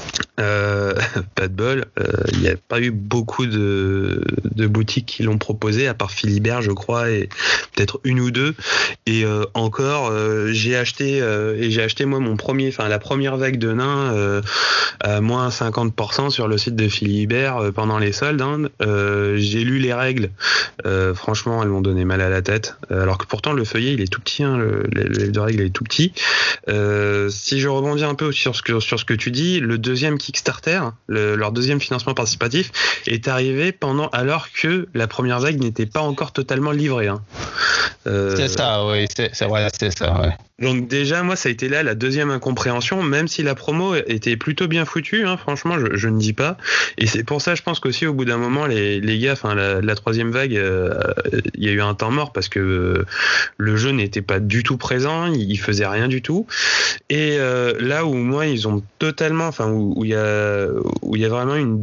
Pas de bol, il n'y a pas eu beaucoup de boutiques qui l'ont proposé, à part Philibert, je crois, et peut-être une ou deux. Et encore, j'ai acheté moi la première vague de nains à moins 50% sur le site de Philibert pendant les soldes. J'ai lu les règles. Franchement, elles m'ont donné mal à la tête. Alors que pourtant le feuillet, il est tout petit. Le livre de règles est tout petit. Si je rebondis un peu sur ce que tu dis, le deuxième Kickstarter, leur deuxième financement participatif, est arrivé alors que la première vague n'était pas encore totalement livrée. C'est ça, oui, c'est vrai, c'est ça, ouais. Donc déjà, moi, ça a été là la deuxième incompréhension, même si la promo était plutôt bien foutue, franchement, je ne dis pas. Et c'est pour ça, je pense qu'aussi, au bout d'un moment, les gars, la troisième vague, il y a eu un temps mort, parce que le jeu n'était pas du tout présent, il faisait rien du tout. Et là où moi, ils ont totalement, où il y a vraiment une...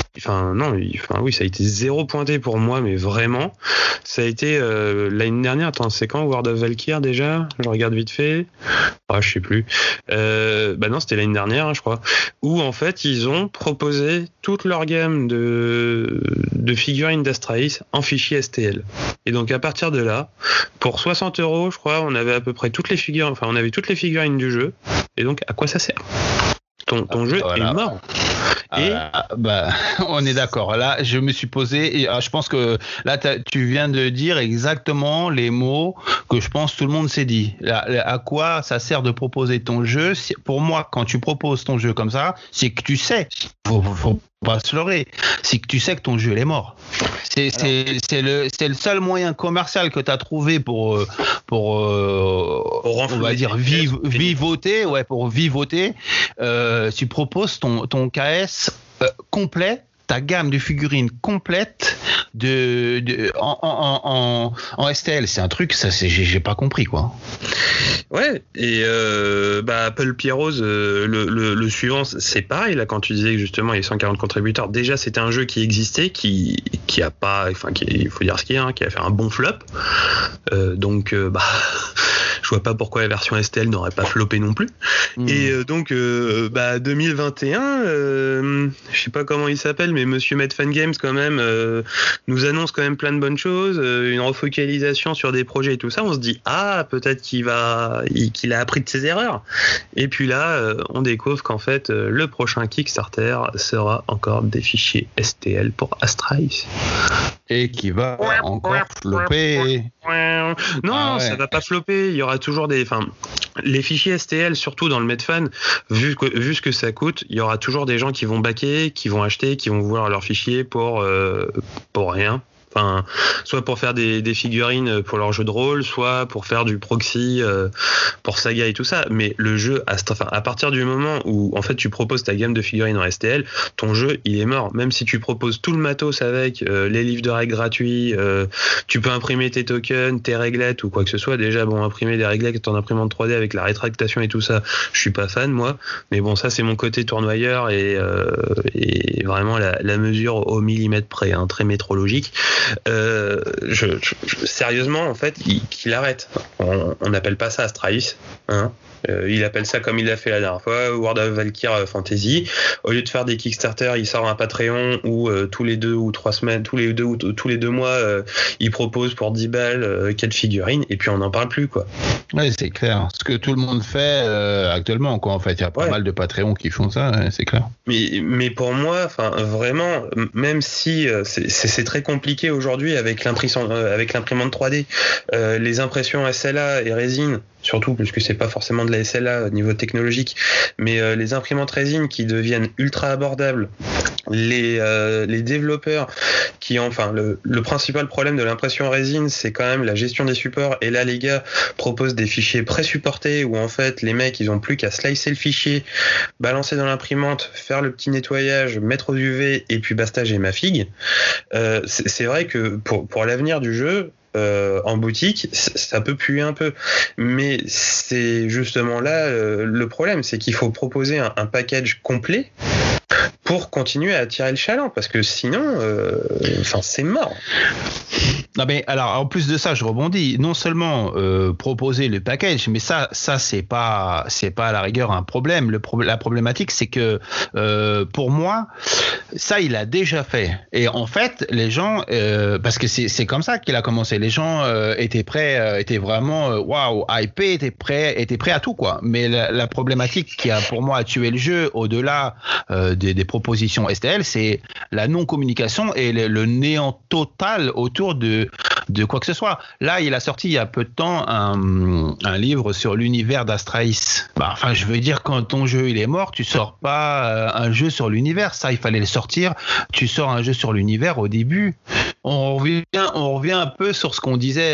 oui, ça a été 0 pointé pour moi, mais vraiment. Ça a été l'année dernière. Attends, c'est quand World of Valkyr déjà ? Je regarde vite fait. Je sais plus. Non, c'était l'année dernière, je crois. Où en fait, ils ont proposé toute leur gamme de figurines d'Astralis en fichier STL. Et donc à partir de là, pour 60 €, je crois, on avait à peu près toutes les figurines. On avait toutes les figurines du jeu. Et donc, à quoi ça sert ? Ton jeu est mort. On est d'accord. Là, je me suis posé, et je pense que là, tu viens de dire exactement les mots que je pense tout le monde s'est dit. À quoi ça sert de proposer ton jeu ? Pour moi, quand tu proposes ton jeu comme ça, c'est que tu sais. Faut pas se leurrer. C'est que tu sais que ton jeu il est mort. C'est le seul moyen commercial que tu as trouvé pour on va dire vivoter, pour vivoter. Tu proposes ton KS complet, ta gamme de figurines complète en STL. C'est un truc, ça j'ai pas compris, quoi. Ouais, et Apple Pierrot, le suivant, c'est pareil. Là, quand tu disais que justement il y a 140 contributeurs, déjà c'était un jeu qui existait, qui a pas, il faut dire ce qu'il y a, qui a fait un bon flop. Je vois pas pourquoi la version STL n'aurait pas floppé non plus. Et 2021, je sais pas comment il s'appelle, mais Monsieur Mad Fan Games quand même nous annonce quand même plein de bonnes choses, une refocalisation sur des projets et tout ça. On se dit peut-être qu'il a appris de ses erreurs. Et puis là, on découvre qu'en fait le prochain Kickstarter sera encore des fichiers STL pour Astralis. Et qui va encore flopper. Non, ça va pas flopper. Il y aura toujours les fichiers STL, surtout dans le Medfan, vu ce que ça coûte, il y aura toujours des gens qui vont backer, qui vont acheter, qui vont vouloir leurs fichiers pour rien. Enfin, soit pour faire des figurines pour leur jeu de rôle, soit pour faire du proxy pour Saga et tout ça. Mais le jeu, à partir du moment où en fait tu proposes ta gamme de figurines en STL, ton jeu il est mort. Même si tu proposes tout le matos avec les livres de règles gratuits, tu peux imprimer tes tokens, tes réglettes ou quoi que ce soit. Déjà, bon, imprimer des réglettes en imprimante 3D avec la rétractation et tout ça, je suis pas fan moi. Mais bon, ça c'est mon côté tournoyeur et vraiment la mesure au millimètre près, hein, très métrologique. Sérieusement, en fait, qu'il arrête. On n'appelle pas ça Astralis, hein. Il appelle ça comme il l'a fait la dernière fois, World of Valkyr Fantasy. Au lieu de faire des Kickstarter, il sort un Patreon où tous les 2 ou 3 semaines, tous les 2 mois, il propose pour 10 balles 4 figurines et puis on n'en parle plus, quoi. Oui, c'est clair. Ce que tout le monde fait actuellement, quoi. En fait, il y a pas mal de Patreons qui font ça, c'est clair. Mais pour moi, enfin, vraiment, même si c'est très compliqué aujourd'hui avec l'imprimante 3D, les impressions SLA et résine, surtout puisque c'est pas forcément de la SLA au niveau technologique, mais les imprimantes résine qui deviennent ultra abordables, les développeurs qui enfin le principal problème de l'impression résine, c'est quand même la gestion des supports, et là les gars proposent des fichiers pré-supportés où en fait les mecs ils ont plus qu'à slicer le fichier, balancer dans l'imprimante, faire le petit nettoyage, mettre aux UV et puis basta, j'ai ma figue. C'est vrai que pour l'avenir du jeu, en boutique, ça peut puer un peu, mais c'est justement là le problème, c'est qu'il faut proposer un package complet pour continuer à attirer le chaland, parce que sinon, c'est mort. Non mais alors en plus de ça, je rebondis. Non seulement proposer le package, mais ça c'est pas à la rigueur un problème. La problématique, c'est que pour moi, ça il a déjà fait. Et en fait, les gens, parce que c'est comme ça qu'il a commencé. Les gens étaient prêts, étaient vraiment hypés, étaient prêts à tout, quoi. Mais la problématique qui a pour moi tué le jeu, au-delà des propositions STL, c'est la non-communication et le néant total autour de quoi que ce soit. Là, il a sorti il y a peu de temps un livre sur l'univers d'Astralis. Enfin, je veux dire, quand ton jeu il est mort, tu sors pas un jeu sur l'univers. Ça, il fallait le sortir. Tu sors un jeu sur l'univers au début. On revient un peu sur ce qu'on disait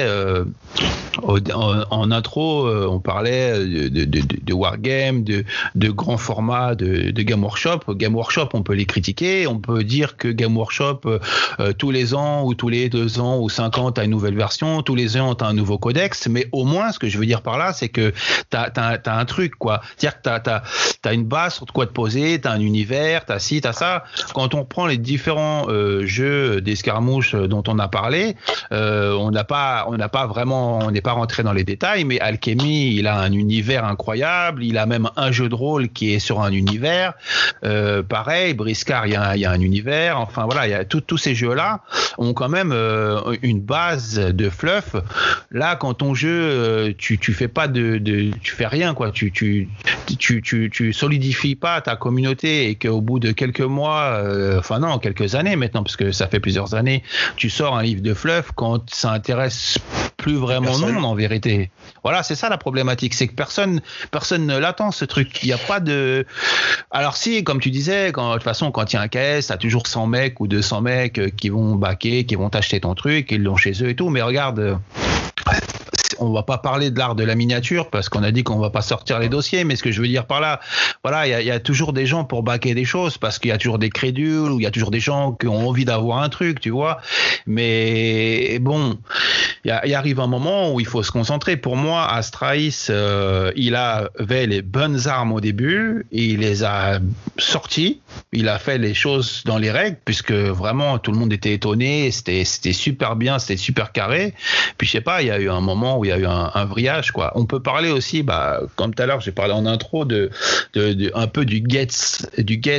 en intro. On parlait de wargame, de grands formats, de Game Workshop. Game Workshop, on peut les critiquer. On peut dire que Game Workshop, tous les ans ou tous les 2 ans ou 5 ans, tu as une nouvelle version. Tous les ans, tu as un nouveau codex. Mais au moins, ce que je veux dire par là, c'est que tu as un truc, quoi. C'est-à-dire que tu as une base sur quoi te poser, tu as un univers, tu as ci, tu as ça. Quand on prend les différents jeux d'escarmouche dont on a parlé, on n'est pas rentré dans les détails, mais Alchemy, il a un univers incroyable, il a même un jeu de rôle qui est sur un univers, pareil, Briscard, il y a un univers, enfin voilà, il y a tous ces jeux-là ont quand même une base de fluff. Là, quand ton jeu, tu fais pas tu fais rien, quoi, tu solidifies pas ta communauté, et qu'au bout de quelques mois, quelques années maintenant, parce que ça fait plusieurs années, tu sors un livre de fluff quand ça intéresse plus vraiment le monde, en vérité. Voilà, c'est ça la problématique, c'est que personne ne l'attend, ce truc. Il n'y a pas de... Alors si, comme tu disais, de toute façon, quand il y a un KS, t'as toujours 100 mecs ou 200 mecs qui vont backer, qui vont t'acheter ton truc, ils l'ont chez eux et tout, mais regarde... On va pas parler de l'art de la miniature parce qu'on a dit qu'on va pas sortir les dossiers, mais ce que je veux dire par là, voilà, il y a toujours des gens pour backer des choses, parce qu'il y a toujours des crédules, ou il y a toujours des gens qui ont envie d'avoir un truc, tu vois. Mais bon, il arrive un moment où il faut se concentrer. Pour moi, Astralis, il avait les bonnes armes au début, et il les a sorties, il a fait les choses dans les règles, puisque vraiment tout le monde était étonné, c'était super bien, c'était super carré. Puis je sais pas, il y a eu un moment où il y a eu un vrillage, quoi. On peut parler aussi, comme tout à l'heure j'ai parlé en intro, un peu du Gates,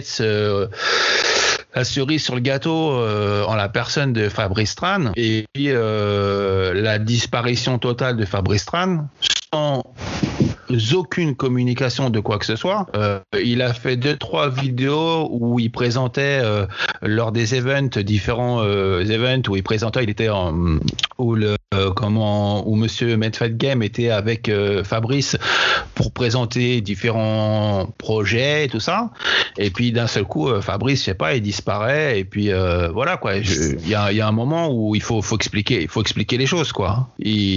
la cerise sur le gâteau en la personne de Fabrice Tran, et puis la disparition totale de Fabrice Tran sans aucune communication de quoi que ce soit. Il a fait 2-3 vidéos où il présentait lors des events, différents events où il présentait, il était où où Monsieur Medfat Game était avec Fabrice pour présenter différents projets et tout ça. Et puis d'un seul coup, Fabrice, je sais pas, il disparaît. Et puis voilà quoi. Il y a un moment où il faut expliquer les choses quoi.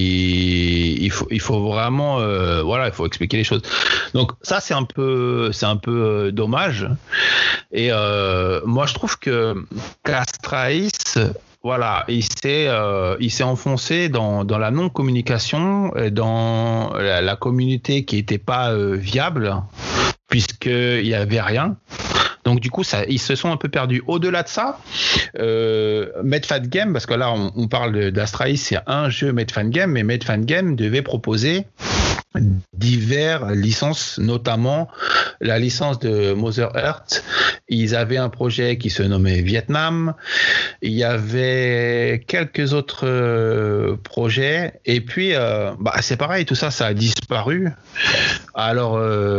Il faut vraiment il faut expliquer les choses. Donc ça c'est un peu dommage. Et moi je trouve que Castraïs, voilà, il s'est enfoncé dans la non-communication, dans la communauté qui n'était pas viable, puisqu'il n'y avait rien. Donc du coup, ils se sont un peu perdus. Au-delà de ça, Medfat Game, parce que là on parle d'Astraïs, c'est un jeu Medfat Game, mais Medfat Game devait proposer diverses licences, notamment la licence de Mother Earth. Ils avaient un projet qui se nommait Vietnam. Il y avait quelques autres projets. Et puis, c'est pareil, tout ça a disparu. Alors,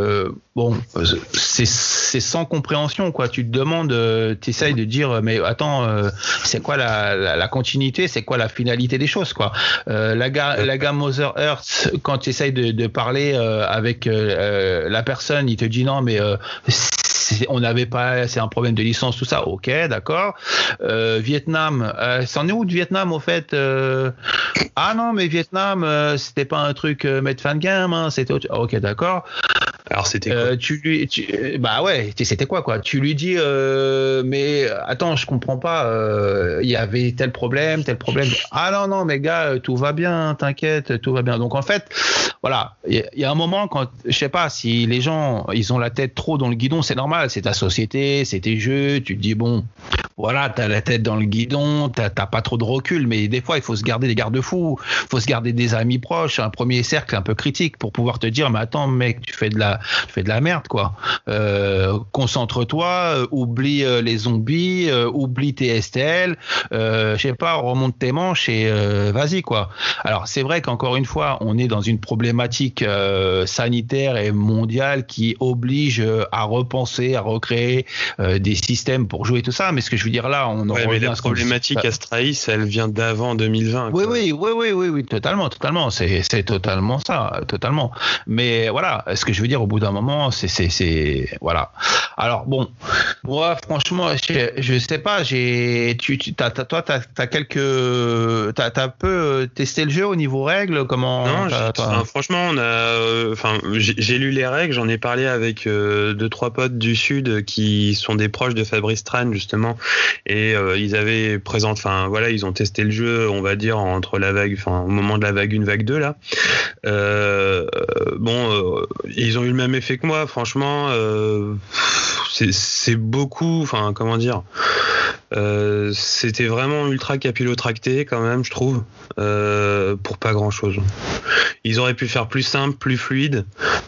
c'est sans compréhension, quoi. Tu te demandes, tu essayes de dire, mais attends, c'est quoi la continuité, c'est quoi la finalité des choses, quoi. La gamme Mother Earth, quand tu essayes de parler avec la personne, il te dit non, mais on n'avait pas, c'est un problème de licence, tout ça. Ok, d'accord. Vietnam, c'en est où de Vietnam au fait? Ah non, mais Vietnam, c'était pas un truc Medfat Game, hein, c'était autre... Ok, d'accord. Alors c'était quoi? C'était quoi? Tu lui dis, mais attends, je comprends pas. Il y avait tel problème. Ah non, mais gars, tout va bien, t'inquiète, tout va bien. Donc en fait, voilà, il y a un moment quand, je sais pas, si les gens, ils ont la tête trop dans le guidon, c'est normal, c'est ta société, c'est tes jeux, tu te dis bon, voilà, t'as la tête dans le guidon, t'as pas trop de recul, mais des fois il faut se garder des garde-fous, faut se garder des amis proches, un premier cercle un peu critique pour pouvoir te dire, mais attends mec, tu fais de la merde quoi. Concentre-toi, oublie les zombies, oublie tes STL, je sais pas, remonte tes manches et vas-y quoi. Alors c'est vrai qu'encore une fois, on est dans une problématique sanitaire et mondiale qui oblige à repenser, à recréer des systèmes pour jouer tout ça, mais ce que je veux dire là, on en revient mais la à ce problématique Astraïs, elle vient d'avant 2020. Oui, totalement, c'est totalement ça, totalement. Mais voilà, ce que je veux dire au bout d'un moment, c'est voilà. Alors bon, moi franchement, je sais pas, t'as un peu testé le jeu au niveau règles, comment? Non, franchement, j'ai lu les règles, j'en ai parlé avec 2-3 potes du sud qui sont des proches de Fabrice Strand justement, et ils avaient ils ont testé le jeu, on va dire entre la vague, au moment de la vague 1, vague 2 là. Ils ont eu le même effet que moi, franchement. C'est beaucoup, comment dire. C'était vraiment ultra capillotracté quand même, je trouve, pour pas grand chose. Ils auraient pu faire plus simple, plus fluide,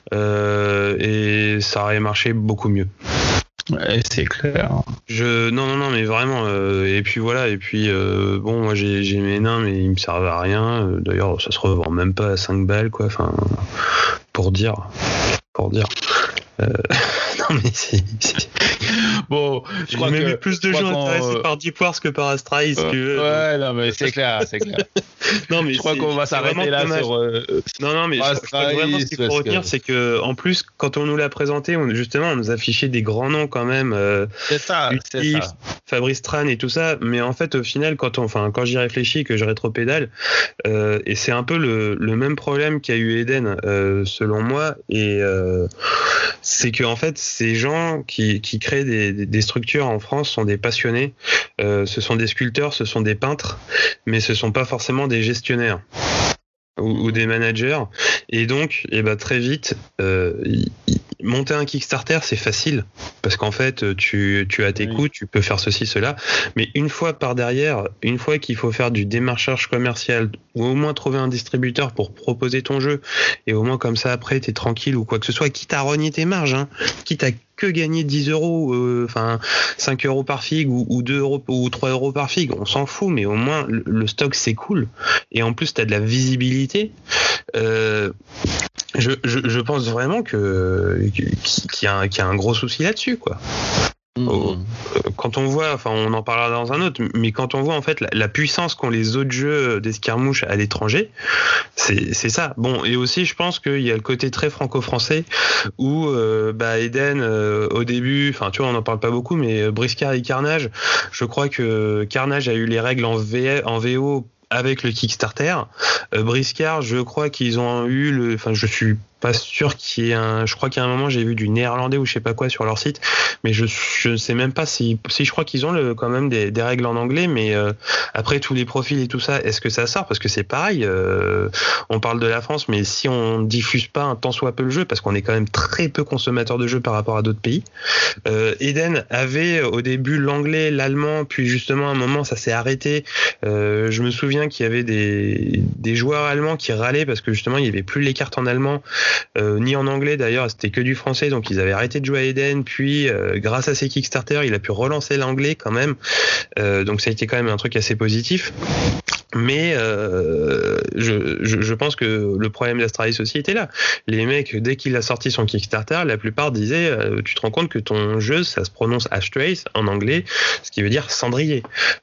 et ça aurait marché beaucoup mieux. Ouais, c'est clair. Non, mais vraiment. Et puis voilà. Et puis moi j'ai mes nains, mais ils me servent à rien. D'ailleurs, ça se revend même pas à 5 balles, quoi. Pour dire. Non mais c'est... Bon, je crois même eu plus de gens intéressés par Deep Wars que par Astraïs. Ouais, non mais c'est clair. Non mais je crois qu'on va s'arrêter là sur. Non mais je crois que vraiment ce qu'il faut retenir, c'est que en plus quand on nous l'a présenté, on nous affichait des grands noms quand même. C'est ça. Fabrice Strand et tout ça, mais en fait au final quand j'y réfléchis, que je rétropédale, et c'est un peu le même problème qu'a eu Eden selon moi, et c'est que en fait ces gens qui créent des structures en France sont des passionnés, ce sont des sculpteurs, ce sont des peintres, mais ce sont pas forcément des gestionnaires ou des managers, et donc très vite monter un Kickstarter c'est facile parce qu'en fait tu as tes coûts, tu peux faire ceci, cela, mais une fois par derrière, une fois qu'il faut faire du démarchage commercial ou au moins trouver un distributeur pour proposer ton jeu, et au moins comme ça après t'es tranquille ou quoi que ce soit, quitte à rogner tes marges, quitte à que gagner 10 €, 5 € par figue ou 2 € ou 3 € par figue, on s'en fout, mais au moins le stock c'est cool, et en plus t'as de la visibilité. Je pense vraiment qu'il y a un gros souci là-dessus, quoi. Quand on voit, enfin on en parlera dans un autre, mais quand on voit en fait la puissance qu'ont les autres jeux d'escarmouche à l'étranger, c'est ça. Bon, et aussi je pense qu'il y a le côté très franco-français où Eden au début, enfin tu vois on n'en parle pas beaucoup, mais Briscard et Carnage, je crois que Carnage a eu les règles en VO avec le Kickstarter. Briscard, je crois qu'ils ont eu je suis pas sûr qu'il y ait je crois qu'il y a un moment j'ai vu du néerlandais ou je sais pas quoi sur leur site, mais je sais même pas si je crois qu'ils ont quand même des règles en anglais, mais après tous les profils et tout ça, est-ce que ça sort? Parce que c'est pareil, on parle de la France, mais si on diffuse pas un tant soit peu le jeu, parce qu'on est quand même très peu consommateur de jeux par rapport à d'autres pays. Eden avait au début l'anglais, l'allemand, puis justement à un moment ça s'est arrêté. Je me souviens qu'il y avait des joueurs allemands qui râlaient parce que justement il y avait plus les cartes en allemand, ni en anglais d'ailleurs, c'était que du français, donc ils avaient arrêté de jouer à Eden, puis grâce à ces Kickstarter il a pu relancer l'anglais quand même, donc ça a été quand même un truc assez positif. Mais je pense que le problème d'Astralis aussi était là. Les mecs, dès qu'il a sorti son Kickstarter, la plupart disaient tu te rends compte que ton jeu ça se prononce Ashtrace en anglais, ce qui veut dire cendrier,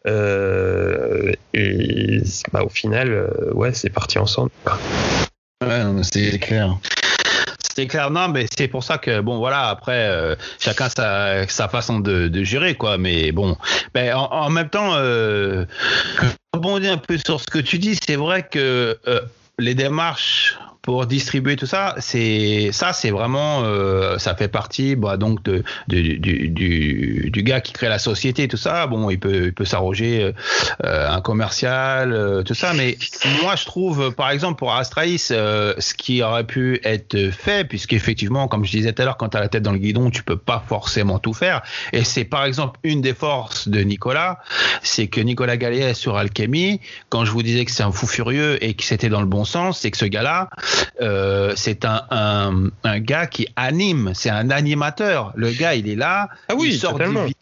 et au final c'est parti ensemble. Ouais, non, c'est clair. C'est clair, non, mais c'est pour ça que bon voilà, après chacun sa façon de gérer quoi, mais bon, en même temps, rebondir un peu sur ce que tu dis, c'est vrai que les démarches pour distribuer tout ça, c'est vraiment ça fait partie donc du gars qui crée la société, tout ça. Bon, il peut s'arroger un commercial, tout ça, mais moi je trouve par exemple pour Astralis ce qui aurait pu être fait, puisqu'effectivement comme je disais tout à l'heure, quand tu as la tête dans le guidon tu peux pas forcément tout faire, et c'est par exemple une des forces de Nicolas, c'est que Nicolas Gallet sur Alchemy, quand je vous disais que c'est un fou furieux et que c'était dans le bon sens, c'est que ce gars-là c'est un gars qui anime, c'est un animateur. Le gars, il est là, il sort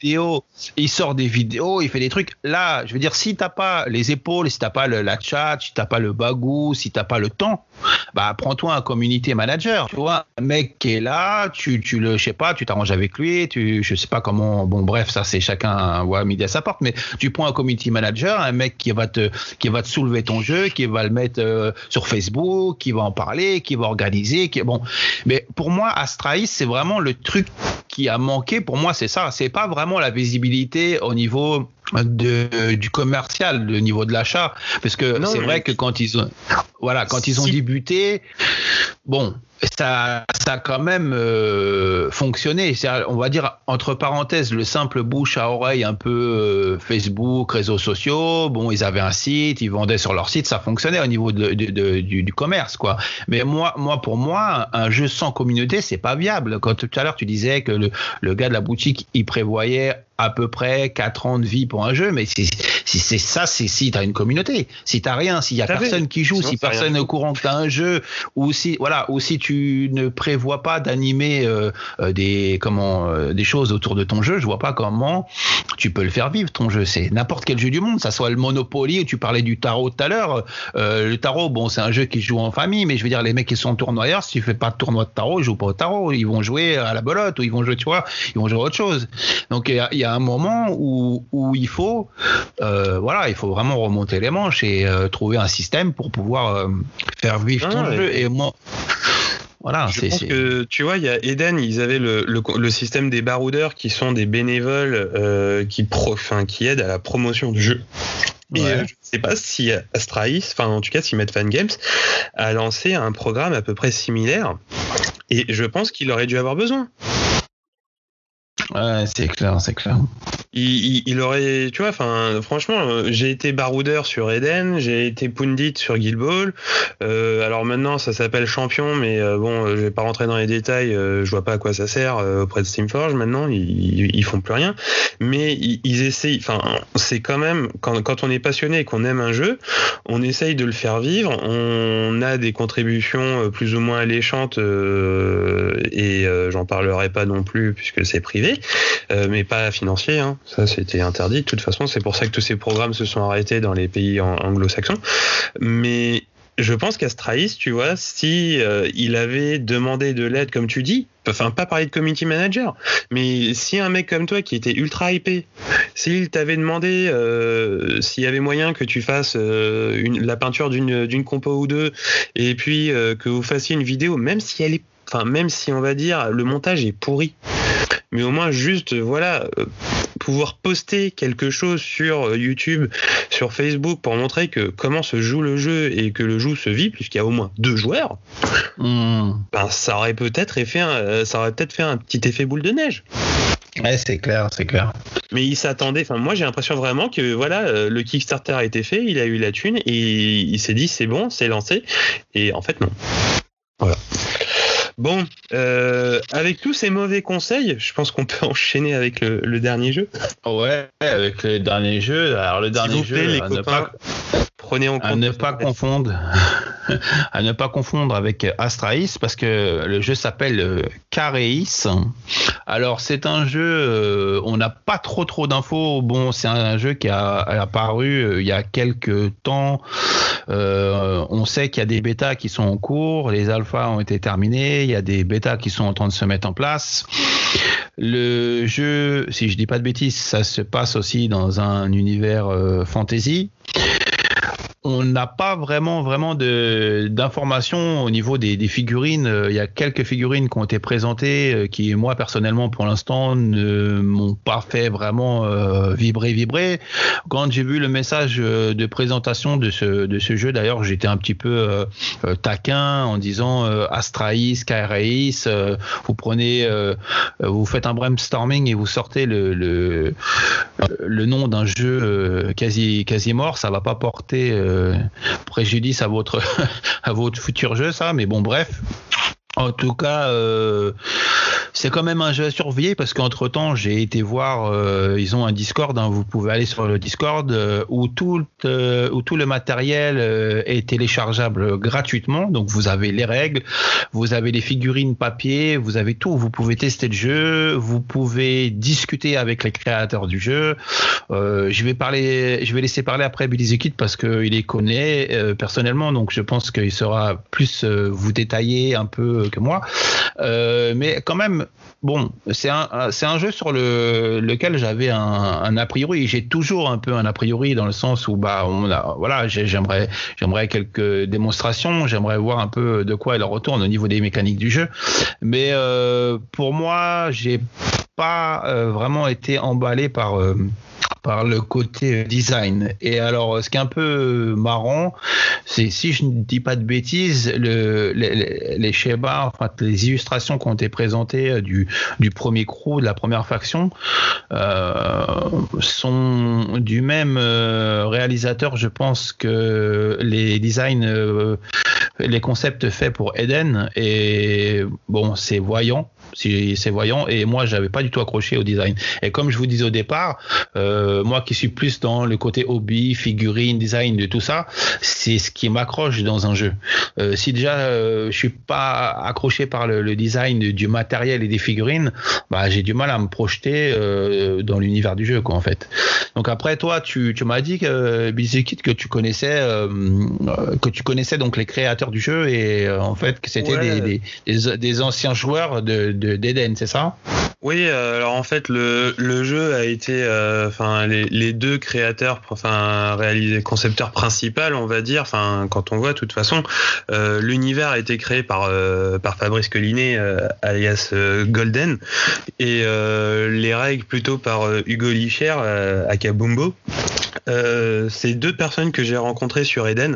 des vidéos, il fait des trucs. Là, je veux dire, si t'as pas les épaules, si t'as pas la chat, si t'as pas le bagou, si t'as pas le temps, prends-toi un community manager. Tu vois, un mec qui est là, je sais pas, tu t'arranges avec lui, je sais pas comment. Bon, bref, ça c'est chacun midi à sa porte, mais tu prends un community manager, un mec qui va te soulever ton jeu, qui va le mettre sur Facebook, qui va en parler, qui va organiser, bon. Mais pour moi, Astralis, c'est vraiment le truc qui a manqué. Pour moi, c'est ça. C'est pas vraiment la visibilité au niveau du commercial, le niveau de l'achat, parce que c'est vrai que quand ils ont débuté, bon, ça a quand même fonctionné. On va dire entre parenthèses le simple bouche à oreille, un peu Facebook, réseaux sociaux. Bon, ils avaient un site, ils vendaient sur leur site, ça fonctionnait au niveau du commerce, quoi. Mais pour moi, un jeu sans communauté, c'est pas viable. Quand tout à l'heure tu disais que le gars de la boutique, il prévoyait à peu près 4 ans de vie pour un jeu, mais si t'as une communauté, si t'as rien, s'il y a personne qui joue, si personne n'est au courant que t'as un jeu, ou si tu ne prévois pas d'animer des choses autour de ton jeu, je vois pas comment tu peux le faire vivre ton jeu. C'est n'importe quel jeu du monde, ça soit le Monopoly, où tu parlais du tarot tout à l'heure. Le tarot, bon, c'est un jeu qui se joue en famille, mais je veux dire, les mecs qui sont tournoyeurs, si tu fais pas de tournoi de tarot, ils jouent pas au tarot, ils vont jouer à la belote, ou ils vont jouer, tu vois, ils vont jouer à autre chose. Donc il y a un moment où il faut il faut vraiment remonter les manches et trouver un système pour pouvoir faire vivre ton jeu. Et moi, voilà, je pense que tu vois, il y a Eden, ils avaient le système des baroudeurs qui sont des bénévoles qui aident à la promotion du jeu. Et je ne sais pas si Astralis, enfin en tout cas si Mad Fan Games a lancé un programme à peu près similaire, et je pense qu'il aurait dû avoir besoin. Ouais, c'est clair. Il aurait, tu vois, enfin, franchement, j'ai été baroudeur sur Eden, j'ai été pundit sur Guild Ball. Alors maintenant, ça s'appelle champion, mais bon, je vais pas rentrer dans les détails. Je vois pas à quoi ça sert auprès de Steamforge. Maintenant, ils font plus rien. Mais ils essayent. Enfin, c'est quand même quand on est passionné et qu'on aime un jeu, on essaye de le faire vivre. On a des contributions plus ou moins alléchantes et j'en parlerai pas non plus puisque c'est privé, mais pas financier. Hein. Ça, c'était interdit. De toute façon, c'est pour ça que tous ces programmes se sont arrêtés dans les pays anglo-saxons. Mais je pense qu'Astraïs, tu vois, si il avait demandé de l'aide, comme tu dis, enfin pas parler de community manager, mais si un mec comme toi qui était ultra hypé, s'il t'avait demandé s'il y avait moyen que tu fasses la peinture d'une compo ou deux, et puis que vous fassiez une vidéo, même si on va dire le montage est pourri, mais au moins juste pouvoir poster quelque chose sur YouTube, sur Facebook pour montrer que comment se joue le jeu et que le jeu se vit, puisqu'il y a au moins 2 joueurs, ça aurait peut-être fait un petit effet boule de neige. Ouais, c'est clair. Mais il s'attendait, moi j'ai l'impression vraiment que le Kickstarter a été fait, il a eu la thune et il s'est dit c'est bon, c'est lancé, et en fait non. Voilà. Bon, avec tous ces mauvais conseils, je pense qu'on peut enchaîner avec le dernier jeu. Ouais, avec le dernier jeu. Alors le dernier jeu, les copains, prenez en compte. À ne pas confondre avec Astraïs, parce que le jeu s'appelle Careis. Alors c'est un jeu, on n'a pas trop d'infos. Bon, c'est un jeu qui a apparu il y a quelques temps. On sait qu'il y a des bêtas qui sont en cours, les alphas ont été terminés, il y a des bêtas qui sont en train de se mettre en place. Le jeu, si je dis pas de bêtises, ça se passe aussi dans un univers fantasy. On n'a pas vraiment d'informations au niveau des figurines. Il y a quelques figurines qui ont été présentées qui, moi, personnellement, pour l'instant, ne m'ont pas fait vraiment vibrer. Quand j'ai vu le message de présentation de ce jeu, d'ailleurs, j'étais un petit peu taquin en disant Astraïs, Careis, vous prenez, vous faites un brainstorming et vous sortez le nom d'un jeu quasi mort, ça va pas porter préjudice à votre futur jeu, ça, mais bon, bref. En tout cas, c'est quand même un jeu à surveiller, parce qu'entre-temps, j'ai été voir, ils ont un Discord, vous pouvez aller sur le Discord où tout le matériel est téléchargeable gratuitement. Donc vous avez les règles, vous avez les figurines papier, vous avez tout. Vous pouvez tester le jeu, vous pouvez discuter avec les créateurs du jeu. Je vais laisser parler après Billy the Kid parce qu'il les connaît personnellement, donc je pense qu'il saura plus vous détailler un peu que moi. Mais quand même, bon, c'est un jeu sur lequel j'avais un a priori. J'ai toujours un peu un a priori, dans le sens où j'aimerais quelques démonstrations, j'aimerais voir un peu de quoi il retourne au niveau des mécaniques du jeu. Mais pour moi, j'ai pas vraiment été emballé par le côté design. Et alors, ce qui est un peu marrant, c'est, si je ne dis pas de bêtises, les schémas, enfin les illustrations qui ont été présentées du premier crew, de la première faction, sont du même réalisateur, je pense, que les designs, les concepts faits pour Eden. Et bon, c'est voyant. C'est voyant, et moi j'avais pas du tout accroché au design. Et comme je vous disais au départ, moi qui suis plus dans le côté hobby, figurine, design, de tout ça, c'est ce qui m'accroche dans un jeu. Si déjà je suis pas accroché par le design du matériel et des figurines, j'ai du mal à me projeter dans l'univers du jeu, quoi, en fait. Donc après, toi tu m'as dit que Billy the Kid, que tu connaissais donc les créateurs du jeu, et en fait que c'était des anciens joueurs d'Eden, c'est ça? Oui, alors en fait le jeu a été, les deux créateurs, concepteurs principaux, on va dire. Quand on voit, de toute façon, l'univers a été créé par Fabrice Collinet, alias Golden, et les règles plutôt par Hugo Licher, aka Bumbo. C'est deux personnes que j'ai rencontrées sur Eden,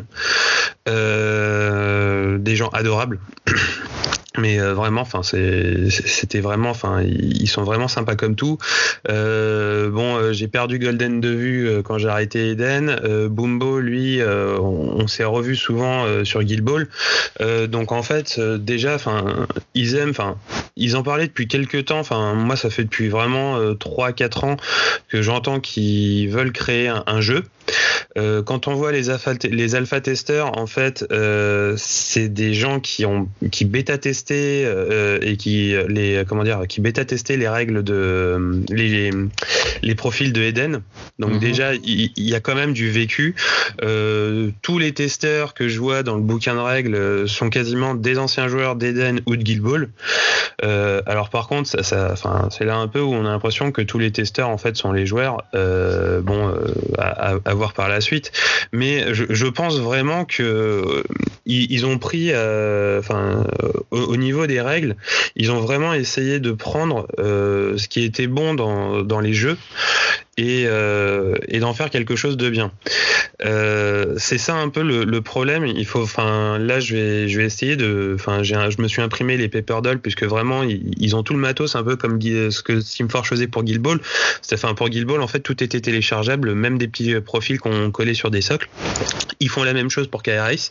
des gens adorables. Mais vraiment, c'était vraiment, ils sont vraiment sympas comme tout. J'ai perdu Golden de vue quand j'ai arrêté Eden. Bumbo, lui, on s'est revu souvent sur Guild Ball. Donc en fait, déjà, ils aiment, ils en parlaient depuis quelques temps. Moi, ça fait depuis vraiment 3-4 ans que j'entends qu'ils veulent créer un jeu. Quand on voit les alpha testeurs, en fait, c'est des gens qui bêta testé et qui bêta testé les règles de les profils de Eden. Donc déjà, il y a quand même du vécu. Tous les testeurs que je vois dans le bouquin de règles sont quasiment des anciens joueurs d'Eden ou de Guild Ball. Alors par contre, c'est là un peu où on a l'impression que tous les testeurs en fait sont les joueurs. À voir par la suite. Mais je pense vraiment que ils ont pris, au niveau des règles, ils ont vraiment essayé de prendre ce qui était bon dans les jeux et d'en faire quelque chose de bien. C'est ça un peu le problème. Il faut, là je vais essayer de, je me suis imprimé les paper dolls puisque vraiment ils ont tout le matos un peu comme ce que Steamforge faisait pour Guild Ball. Pour Guild Ball en fait tout était téléchargeable, même des petits profils qu'on collait sur des socles. Ils font la même chose pour KRS.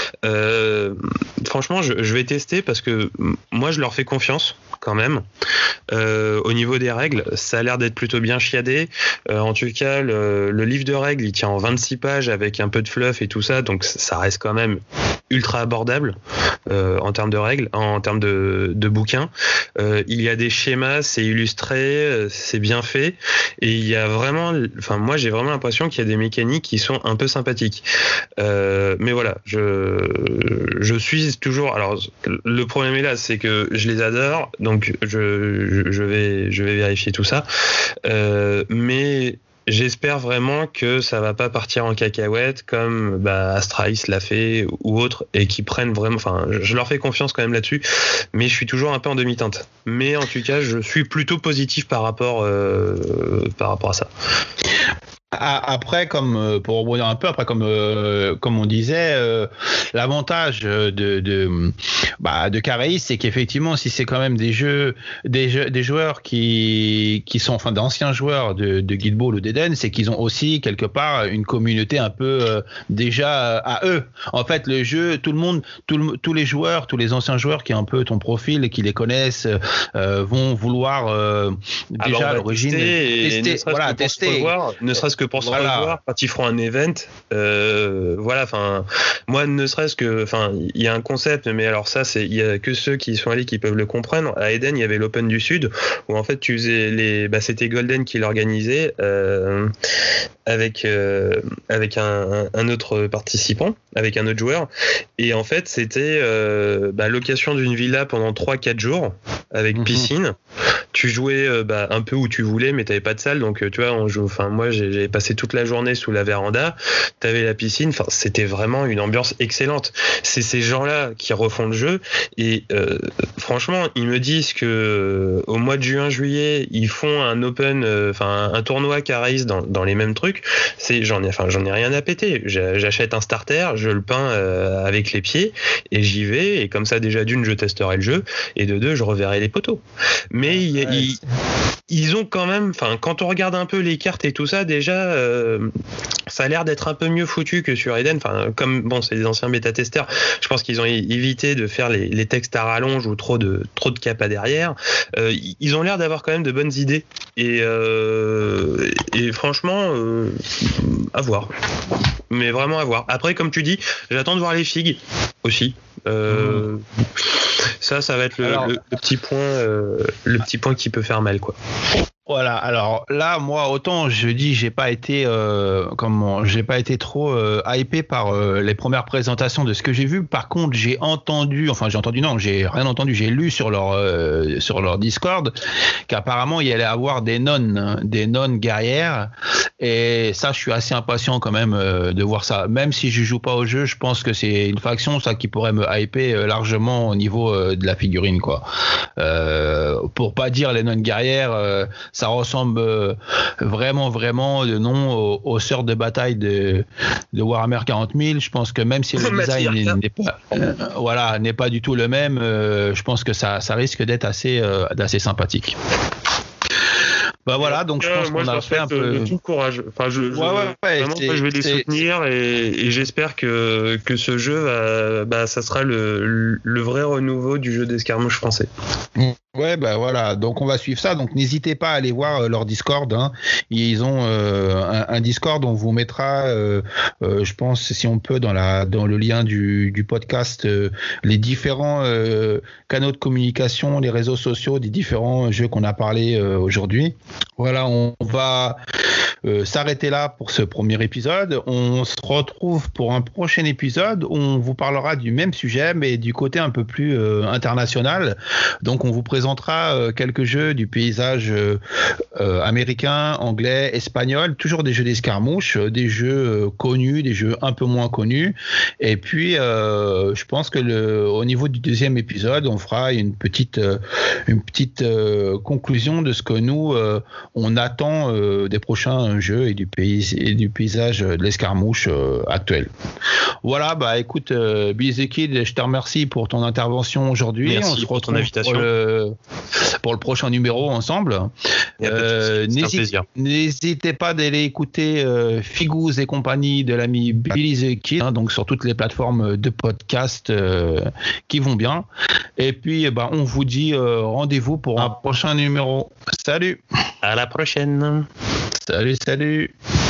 Franchement je vais tester parce que moi je leur fais confiance quand même. Au niveau des règles, ça a l'air d'être plutôt bien chiadé. En tout cas, le livre de règles, il tient en 26 pages avec un peu de fluff et tout ça, donc ça reste quand même ultra abordable en termes de règles, en termes de bouquins. Il y a des schémas, c'est illustré, c'est bien fait, et il y a vraiment, moi j'ai vraiment l'impression qu'il y a des mécaniques qui sont un peu sympathiques. Mais voilà, je suis toujours. Alors le problème est là, c'est que je les adore, donc je vais vérifier tout ça, mais j'espère vraiment que ça va pas partir en cacahuète comme Astralis l'a fait ou autre, et qui prennent vraiment. Je leur fais confiance quand même là-dessus, mais je suis toujours un peu en demi-teinte. Mais en tout cas, je suis plutôt positif par rapport à ça. Après, pour rebondir un peu, comme on disait, l'avantage de Kareis, c'est qu'effectivement, si c'est quand même des joueurs qui sont d'anciens joueurs de Guild Ball ou d'Eden, c'est qu'ils ont aussi quelque part une communauté un peu déjà à eux. En fait, le jeu, tout le monde, tous les joueurs, tous les anciens joueurs qui ont un peu ton profil et qui les connaissent, vont vouloir déjà à l'origine tester. Ne serait-ce que pour se revoir quand ils feront un event. Moi, ne serait-ce que, il y a un concept, mais alors ça, il y a que ceux qui y sont allés qui peuvent le comprendre. À Eden, il y avait l'Open du Sud, où en fait, tu faisais c'était Golden qui l'organisait avec un autre participant, avec un autre joueur, et en fait, c'était location d'une villa pendant 3-4 jours avec piscine. Tu jouais un peu où tu voulais, mais t'avais pas de salle, donc tu vois, moi j'avais passé toute la journée sous la véranda, t'avais la piscine, c'était vraiment une ambiance excellente. C'est ces gens-là qui refont le jeu, et franchement, ils me disent que au mois de juin-juillet, ils font un open, un tournoi Kareis dans les mêmes trucs. J'en ai rien à péter. J'achète un starter, je le peins avec les pieds, et j'y vais, et comme ça déjà d'une, je testerai le jeu, et de deux, je reverrai les poteaux. Mais ils ont quand même, quand on regarde un peu les cartes et tout ça, déjà ça a l'air d'être un peu mieux foutu que sur Eden. Comme c'est des anciens bêta-testeurs, je pense qu'ils ont évité de faire les textes à rallonge ou trop de capas derrière. Ils ont l'air d'avoir quand même de bonnes idées, et franchement, à voir. Mais vraiment à voir. Après, comme tu dis, j'attends de voir les figues aussi. Ça va être le petit point qui peut faire mal, quoi. Voilà, alors là, moi, autant je dis, j'ai pas été trop hypé par les premières présentations de ce que j'ai vu. Par contre, j'ai rien entendu, j'ai lu sur leur Discord qu'apparemment il y allait avoir des nonnes guerrières, et ça, je suis assez impatient quand même de voir ça. Même si je joue pas au jeu, je pense que c'est une faction, ça, qui pourrait me hyper largement au niveau de la figurine, quoi. Pour pas dire les nonnes guerrières, ça ressemble vraiment de nom aux sœurs de bataille de Warhammer 40 000. Je pense que même si le design n'est pas du tout le même, je pense que ça risque d'être assez sympathique. Bah voilà, donc je pense qu'on a fait un peu de tout courage. Enfin, vraiment, je vais les soutenir et j'espère que ce jeu, ça sera le vrai renouveau du jeu d'escarmouche français. Ouais, bah voilà, donc on va suivre ça. Donc n'hésitez pas à aller voir leur Discord. Hein. Ils ont un Discord, on vous mettra, je pense, si on peut, dans le lien du podcast, les différents canaux de communication, les réseaux sociaux des différents jeux qu'on a parlé aujourd'hui. Voilà, on va s'arrêter là pour ce premier épisode. On se retrouve pour un prochain épisode où on vous parlera du même sujet, mais du côté un peu plus international. Donc on vous présentera quelques jeux du paysage américain, anglais, espagnol, toujours des jeux d'escarmouche, des jeux connus, des jeux un peu moins connus. Et puis je pense que au niveau du deuxième épisode, on fera une petite conclusion de ce que nous on attend des prochains jeux et du paysage de l'escarmouche actuel. Voilà, bah écoute, Billy the Kid, je te remercie pour ton intervention aujourd'hui. Merci on se pour ton retrouve invitation. pour le prochain numéro ensemble. C'est un plaisir. N'hésitez pas d'aller écouter Figous et compagnie de l'ami Billy the Kid, hein, donc sur toutes les plateformes de podcast qui vont bien. Et puis, on vous dit rendez-vous pour un prochain numéro. Salut. À la prochaine. Salut.